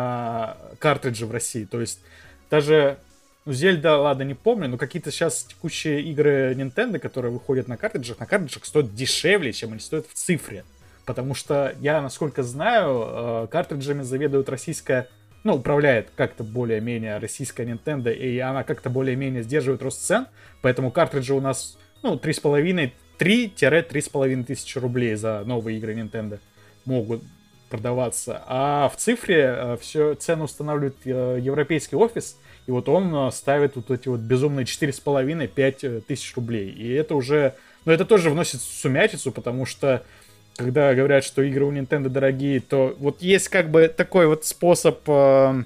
Speaker 3: на картридже в России. То есть даже, ну, Зельда, ладно, не помню, но какие-то сейчас текущие игры Nintendo, которые выходят на картриджах, на картриджах стоят дешевле, чем они стоят в цифре. Потому что я, насколько знаю, картриджами заведует российская, ну, управляет как-то более-менее российская Nintendo, и она как-то более-менее сдерживает рост цен, поэтому картриджи у нас, ну, три с половиной, три-три с половиной тысячи рублей за новые игры Nintendo могут продаваться. А в цифре э, все цену устанавливает э, европейский офис, и вот он э, ставит вот эти вот безумные четыре с половиной - пять тысяч рублей. И это уже, ну, это тоже вносит сумятицу, потому что когда говорят, что игры у Nintendo дорогие, то вот есть как бы такой вот способ э,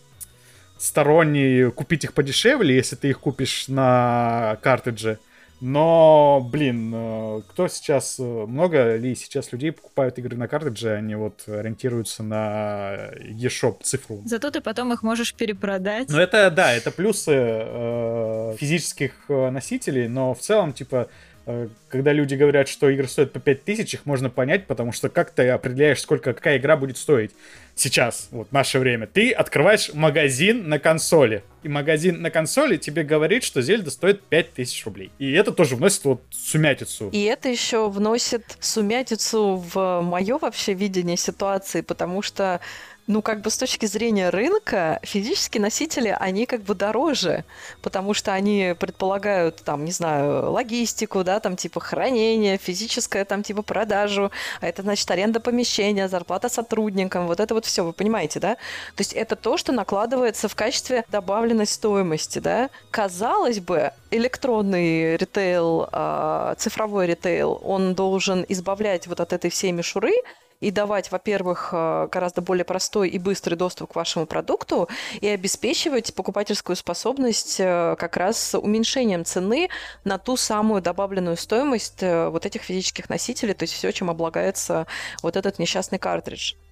Speaker 3: сторонний купить их подешевле, если ты их купишь на картридже. Но, блин, э, кто сейчас, много ли сейчас людей покупают игры на картридже, они вот ориентируются на eShop цифру.
Speaker 2: Зато ты потом их можешь перепродать.
Speaker 3: Ну это, да, это плюсы э, физических носителей, но в целом, типа, когда люди говорят, что игры стоят по пять тысяч, их можно понять, потому что как ты определяешь, сколько какая игра будет стоить сейчас, вот в наше время. Ты открываешь магазин на консоли, и магазин на консоли тебе говорит, что Зельда стоит пять тысяч рублей. И это тоже вносит вот сумятицу.
Speaker 4: И это еще вносит сумятицу в мое вообще видение ситуации, потому что, ну, как бы с точки зрения рынка, физические носители, они как бы дороже, потому что они предполагают, там, не знаю, логистику, да, там, типа, хранение, физическое, там, типа, продажу, а это, значит, аренда помещения, зарплата сотрудникам, вот это вот все, вы понимаете, да? То есть это то, что накладывается в качестве добавленной стоимости, да? Казалось бы, электронный ритейл, цифровой ритейл, он должен избавлять вот от этой всей мишуры, и давать, во-первых, гораздо более простой и быстрый доступ к вашему продукту и обеспечивать покупательскую способность как раз уменьшением цены на ту самую добавленную стоимость вот этих физических носителей, то есть все, чем облагается вот этот несчастный картридж.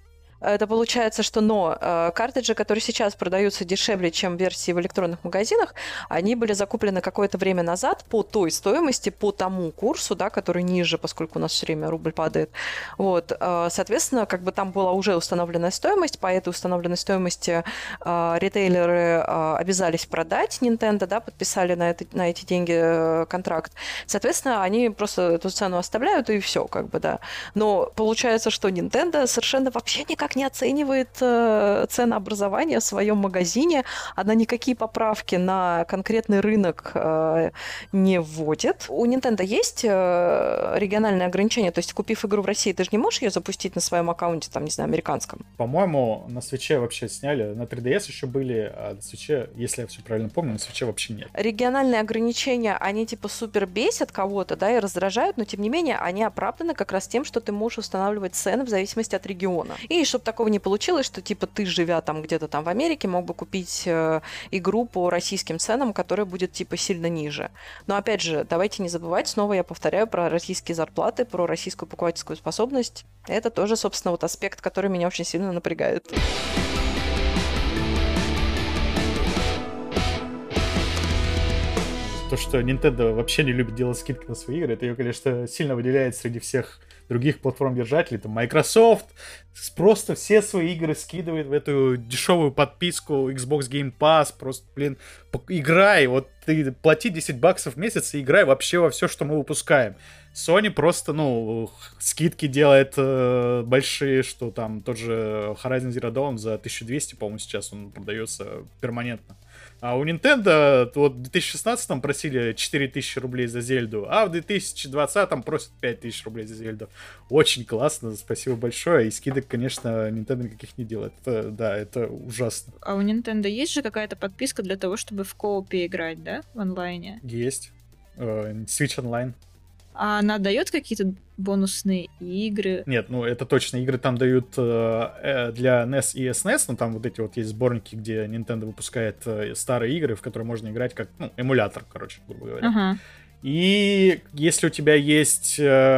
Speaker 4: Это получается, что но э, картриджи, которые сейчас продаются дешевле, чем версии в электронных магазинах, они были закуплены какое-то время назад по той стоимости, по тому курсу, да, который ниже, поскольку у нас все время рубль падает. Вот, э, соответственно, как бы там была уже установленная стоимость, по этой установленной стоимости э, ритейлеры э, обязались продать Nintendo, да, подписали на, это, на эти деньги э, контракт. Соответственно, они просто эту цену оставляют, и все, как бы, да. Но получается, что Nintendo совершенно вообще никак не оценивает э, ценообразование в своем магазине, она никакие поправки на конкретный рынок э, не вводит. У Nintendo есть э, региональные ограничения, то есть купив игру в России, ты же не можешь ее запустить на своем аккаунте, там, не знаю, американском.
Speaker 3: По-моему, на Свитче вообще сняли, на три ди эс еще были, а на Свитче, если я все правильно помню, на Свитче вообще нет.
Speaker 4: Региональные ограничения, они типа супер бесят кого-то, да, и раздражают, но тем не менее они оправданы как раз тем, что ты можешь устанавливать цены в зависимости от региона. И чтобы такого не получилось, что типа ты, живя там где-то там в Америке, мог бы купить э, игру по российским ценам, которая будет типа сильно ниже. Но опять же, давайте не забывать, снова я повторяю про российские зарплаты, про российскую покупательскую способность. Это тоже, собственно, вот аспект, который меня очень сильно напрягает.
Speaker 3: То, что Nintendo вообще не любит делать скидки на свои игры, это ее, конечно, сильно выделяет среди всех других платформ-держателей. Там Microsoft просто все свои игры скидывает в эту дешевую подписку Xbox Game Pass. Просто, блин, играй. Вот ты плати десять баксов в месяц и играй вообще во все, что мы выпускаем. Sony просто, ну, скидки делает э, большие, что там тот же Horizon Zero Dawn за тысячу двести, по-моему, сейчас он продается перманентно. А у Nintendo вот в две тысячи шестнадцатом просили четыре тысячи рублей за Зельду, а в две тысячи двадцатом просят пять тысяч рублей за Зельду. Очень классно, спасибо большое. И скидок, конечно, Nintendo никаких не делает. Это, да, это ужасно.
Speaker 2: А у Nintendo есть же какая-то подписка для того, чтобы в коопе играть, да, в онлайне?
Speaker 3: Есть. Switch Online.
Speaker 2: А она дает какие-то бонусные игры?
Speaker 3: Нет, ну это точно. Игры там дают э, для эн и эс и эс эн и эс, но там вот эти вот есть сборники, где Nintendo выпускает э, старые игры, в которые можно играть как, ну, эмулятор, короче, грубо говоря.
Speaker 2: Ага.
Speaker 3: И если у тебя есть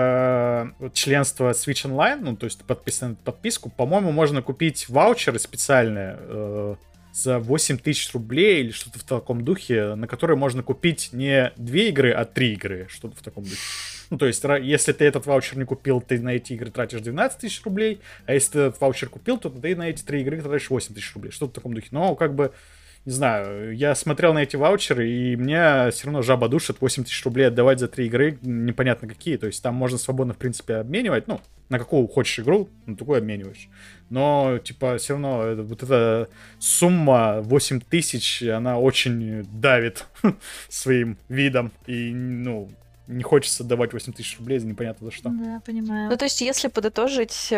Speaker 3: э, членство Switch Online, ну, то есть ты подписан на подписку, по-моему, можно купить ваучеры специальные э, за восемь тысяч рублей или что-то в таком духе, на которые можно купить не две игры, а три игры, что-то в таком духе. Ну, то есть, если ты этот ваучер не купил, ты на эти игры тратишь двенадцать тысяч рублей, а если ты этот ваучер купил, то ты на эти три игры тратишь восемь тысяч рублей, что-то в таком духе. Но, как бы, не знаю, я смотрел на эти ваучеры, и мне все равно жаба душит восемь тысяч рублей отдавать за три игры, непонятно какие. То есть там можно свободно, в принципе, обменивать. Ну, на какую хочешь игру, на такую обмениваешь. Но, типа, все равно вот эта сумма восемь тысяч, она очень давит своим видом. И, ну, не хочется давать восемь тысяч рублей за непонятно за что.
Speaker 2: Да, понимаю.
Speaker 4: Ну, то есть, если подытожить,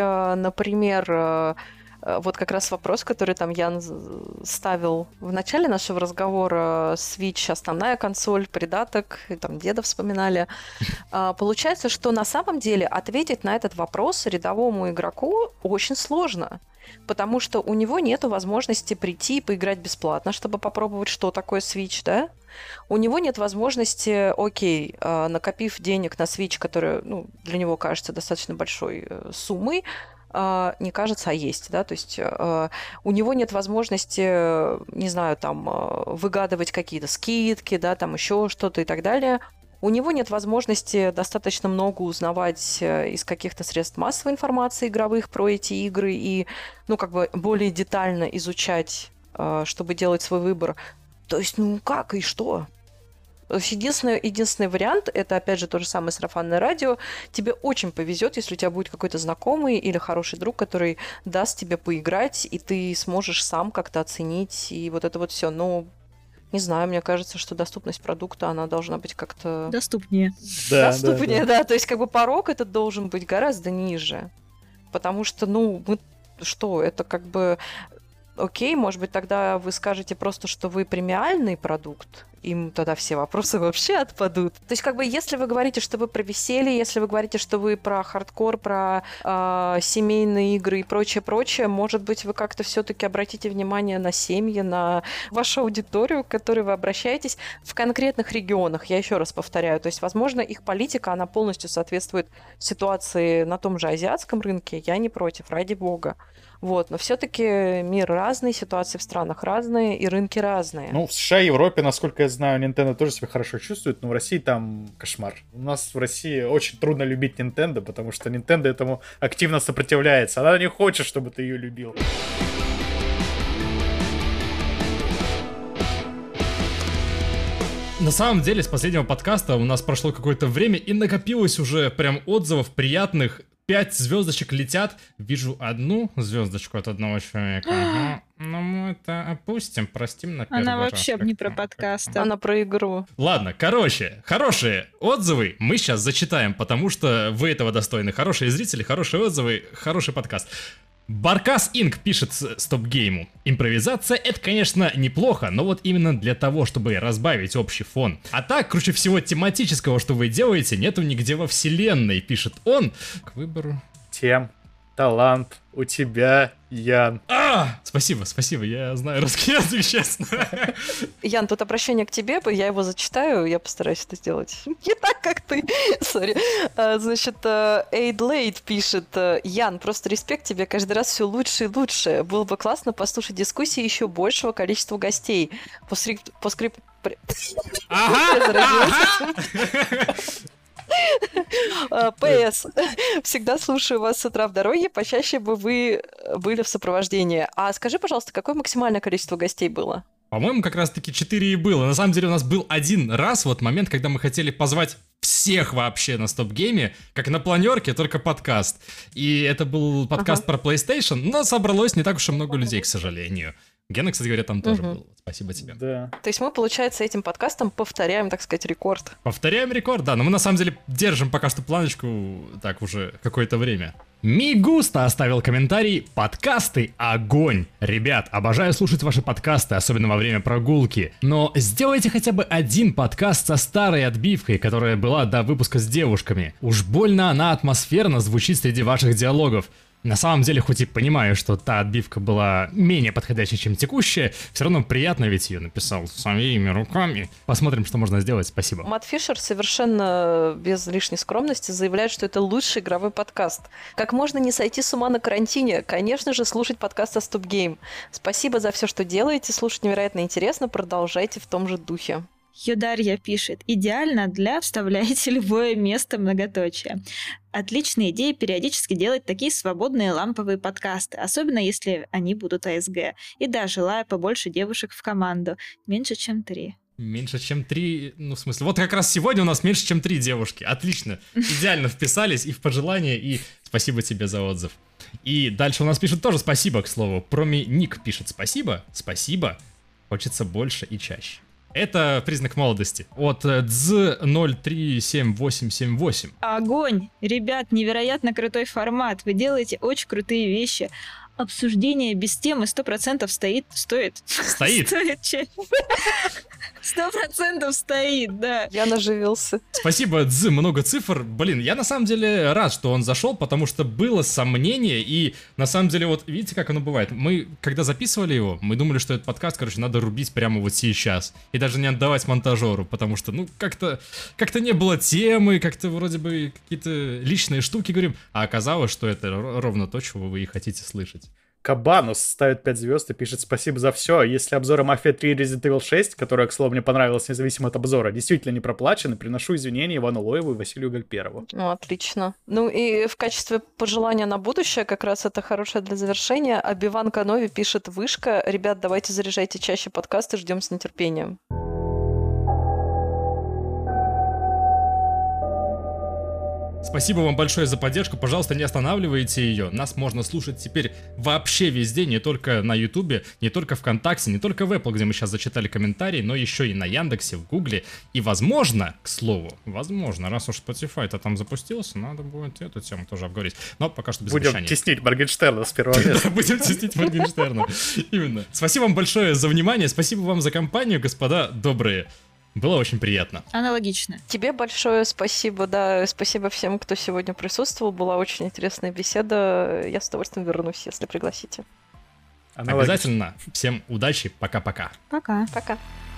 Speaker 4: например, вот как раз вопрос, который там Ян ставил в начале нашего разговора, Switch, основная консоль, придаток, и там деда вспоминали. Получается, что на самом деле ответить на этот вопрос рядовому игроку очень сложно, потому что у него нет возможности прийти и поиграть бесплатно, чтобы попробовать, что такое Switch, да? У него нет возможности, окей, накопив денег на Switch, который, ну, для него кажется достаточно большой суммой, Uh, не кажется, а есть, да, то есть uh, у него нет возможности, не знаю, там, uh, выгадывать какие-то скидки, да, там еще что-то и так далее. У него нет возможности достаточно много узнавать uh, из каких-то средств массовой информации игровых про эти игры и, ну, как бы более детально изучать, uh, чтобы делать свой выбор. То есть, ну, как и что? Единственный, единственный вариант, это, опять же, то же самое сарафанное радио. Тебе очень повезет, если у тебя будет какой-то знакомый или хороший друг, который даст тебе поиграть, и ты сможешь сам как-то оценить, и вот это вот все. Но, не знаю, мне кажется, что доступность продукта, она должна быть как-то...
Speaker 2: Доступнее.
Speaker 3: Да,
Speaker 4: Доступнее,
Speaker 3: да, да.
Speaker 4: да. То есть, как бы порог этот должен быть гораздо ниже. Потому что, ну, мы... Что, это как бы... Окей, может быть, тогда вы скажете просто, что вы премиальный продукт, им тогда все вопросы вообще отпадут. То есть, как бы, если вы говорите, что вы про веселье, если вы говорите, что вы про хардкор, про э, семейные игры и прочее-прочее, может быть, вы как-то все-таки обратите внимание на семьи, на вашу аудиторию, к которой вы обращаетесь в конкретных регионах, я еще раз повторяю. То есть, возможно, их политика, она полностью соответствует ситуации на том же азиатском рынке, я не против, ради бога. Вот, но все-таки мир разный, ситуации в странах разные и рынки разные.
Speaker 3: Ну, в США и Европе, насколько я знаю, Nintendo тоже себя хорошо чувствует, но в России там кошмар. У нас в России очень трудно любить Nintendo, потому что Nintendo этому активно сопротивляется. Она не хочет, чтобы ты ее любил.
Speaker 1: На самом деле, с последнего подкаста у нас прошло какое-то время, и накопилось уже прям отзывов приятных. Пять звездочек летят. Вижу одну звездочку от одного человека. Ага. Но мы это опустим, простим на первый раз.
Speaker 2: Она вообще не про подкаст.
Speaker 4: Она про игру.
Speaker 1: Ладно, короче, хорошие отзывы мы сейчас зачитаем, потому что вы этого достойны. Хорошие зрители, хорошие отзывы, хороший подкаст. Баркас Инк пишет Стоп-гейму. Импровизация — это, конечно, неплохо, но вот именно для того, чтобы разбавить общий фон. А так, круче всего тематического, что вы делаете, нету нигде во вселенной, пишет он. К выбору...
Speaker 3: Тем, талант у тебя, Ян.
Speaker 1: А! Спасибо, спасибо, я знаю русский язык, честно.
Speaker 4: Ян, тут обращение к тебе, я его зачитаю, я постараюсь это сделать не так, как ты. Сори. Значит, Эйд Лейд пишет: Ян, просто респект тебе, каждый раз все лучше и лучше. Было бы классно послушать дискуссии еще большего количества гостей. По скрипту... По скрип...
Speaker 1: Ага!
Speaker 4: ПС. Всегда слушаю вас с утра в дороге, почаще бы вы были в сопровождении. А скажи, пожалуйста, какое максимальное количество гостей было?
Speaker 1: По-моему, как раз-таки четыре и было. На самом деле у нас был один раз, вот момент, когда мы хотели позвать всех вообще на Стоп-гейме, как на планерке, только подкаст. И это был подкаст ага. про PlayStation, но собралось не так уж и много людей, к сожалению. Гена, кстати говоря, там тоже угу. был. Спасибо тебе.
Speaker 3: Да.
Speaker 4: То есть мы, получается, этим подкастом повторяем, так сказать, рекорд.
Speaker 1: Повторяем рекорд, да. Но мы на самом деле держим пока что планочку так уже какое-то время. Мигуста оставил комментарий: подкасты — огонь. Ребят, обожаю слушать ваши подкасты, особенно во время прогулки. Но сделайте хотя бы один подкаст со старой отбивкой, которая была до выпуска с девушками. Уж больно она атмосферно звучит среди ваших диалогов. На самом деле, хоть и понимаю, что та отбивка была менее подходящей, чем текущая, все равно приятно, ведь ее написал своими руками. Посмотрим, что можно сделать. Спасибо.
Speaker 4: Мэтт Фишер совершенно без лишней скромности заявляет, что это лучший игровой подкаст. Как можно не сойти с ума на карантине? Конечно же, слушать подкаст о Стоп-гейм. Спасибо за все, что делаете. Слушать невероятно интересно. Продолжайте в том же духе.
Speaker 2: Юдарья пишет: идеально для вставляете любое место многоточие. Отличная идея периодически делать такие свободные ламповые подкасты, особенно если они будут АСГ. И да, желаю побольше девушек в команду. Меньше, чем три.
Speaker 1: Меньше, чем три, ну, в смысле, вот как раз сегодня у нас меньше, чем три девушки. Отлично, идеально вписались и в пожелания, и спасибо тебе за отзыв. И дальше у нас пишут тоже спасибо, к слову. Проми Ник пишет спасибо, спасибо, хочется больше и чаще. Это признак молодости. От Дз ноль три семь восемь семь восемь.
Speaker 2: Огонь! Ребят, невероятно крутой формат. Вы делаете очень крутые вещи. Обсуждение без темы сто процентов стоит... Стоит?
Speaker 1: Стоит.
Speaker 2: Стоит чаще. Сто процентов стоит, да.
Speaker 4: Я наживился.
Speaker 1: Спасибо, Дз, много цифр. Блин, я на самом деле рад, что он зашел, потому что было сомнение, и на самом деле, вот видите, как оно бывает. Мы, когда записывали его, мы думали, что этот подкаст, короче, надо рубить прямо вот сейчас. И даже не отдавать монтажеру, потому что, ну, как-то как-то не было темы, как-то вроде бы какие-то личные штуки говорим, а оказалось, что это ровно то, чего вы и хотите слышать.
Speaker 3: Кабанус ставит пять звезд и пишет: спасибо за все. Если обзоры Мафия три и Resident Evil шесть, которая, к слову, мне понравилась независимо от обзора, действительно не проплачены, приношу извинения Ивану Лоеву и Василию Гальперову.
Speaker 4: Ну, отлично. Ну и в качестве пожелания на будущее, как раз это хорошее для завершения, Абиван Канови пишет: вышка. Ребят, давайте заряжайте чаще подкасты, ждем с нетерпением.
Speaker 1: Спасибо вам большое за поддержку, пожалуйста, не останавливайте ее. Нас можно слушать теперь вообще везде, не только на Ютубе, не только ВКонтакте, не только в Apple, где мы сейчас зачитали комментарии, но еще и на Яндексе, в Гугле. И возможно, к слову, возможно, раз уж Spotify-то там запустился, надо будет эту тему тоже обговорить. Но пока что без
Speaker 3: Будем
Speaker 1: обещаний.
Speaker 3: теснить Моргенштерна с первого места.
Speaker 1: Будем теснить Моргенштерна. Именно. Спасибо вам большое за внимание, спасибо вам за компанию, господа добрые. Было очень приятно.
Speaker 2: Аналогично.
Speaker 4: Тебе большое спасибо, да, спасибо всем, кто сегодня присутствовал. Была очень интересная беседа. Я с удовольствием вернусь, если пригласите.
Speaker 3: Аналогично.
Speaker 1: Обязательно. Всем удачи. Пока-пока.
Speaker 2: Пока.
Speaker 4: Пока.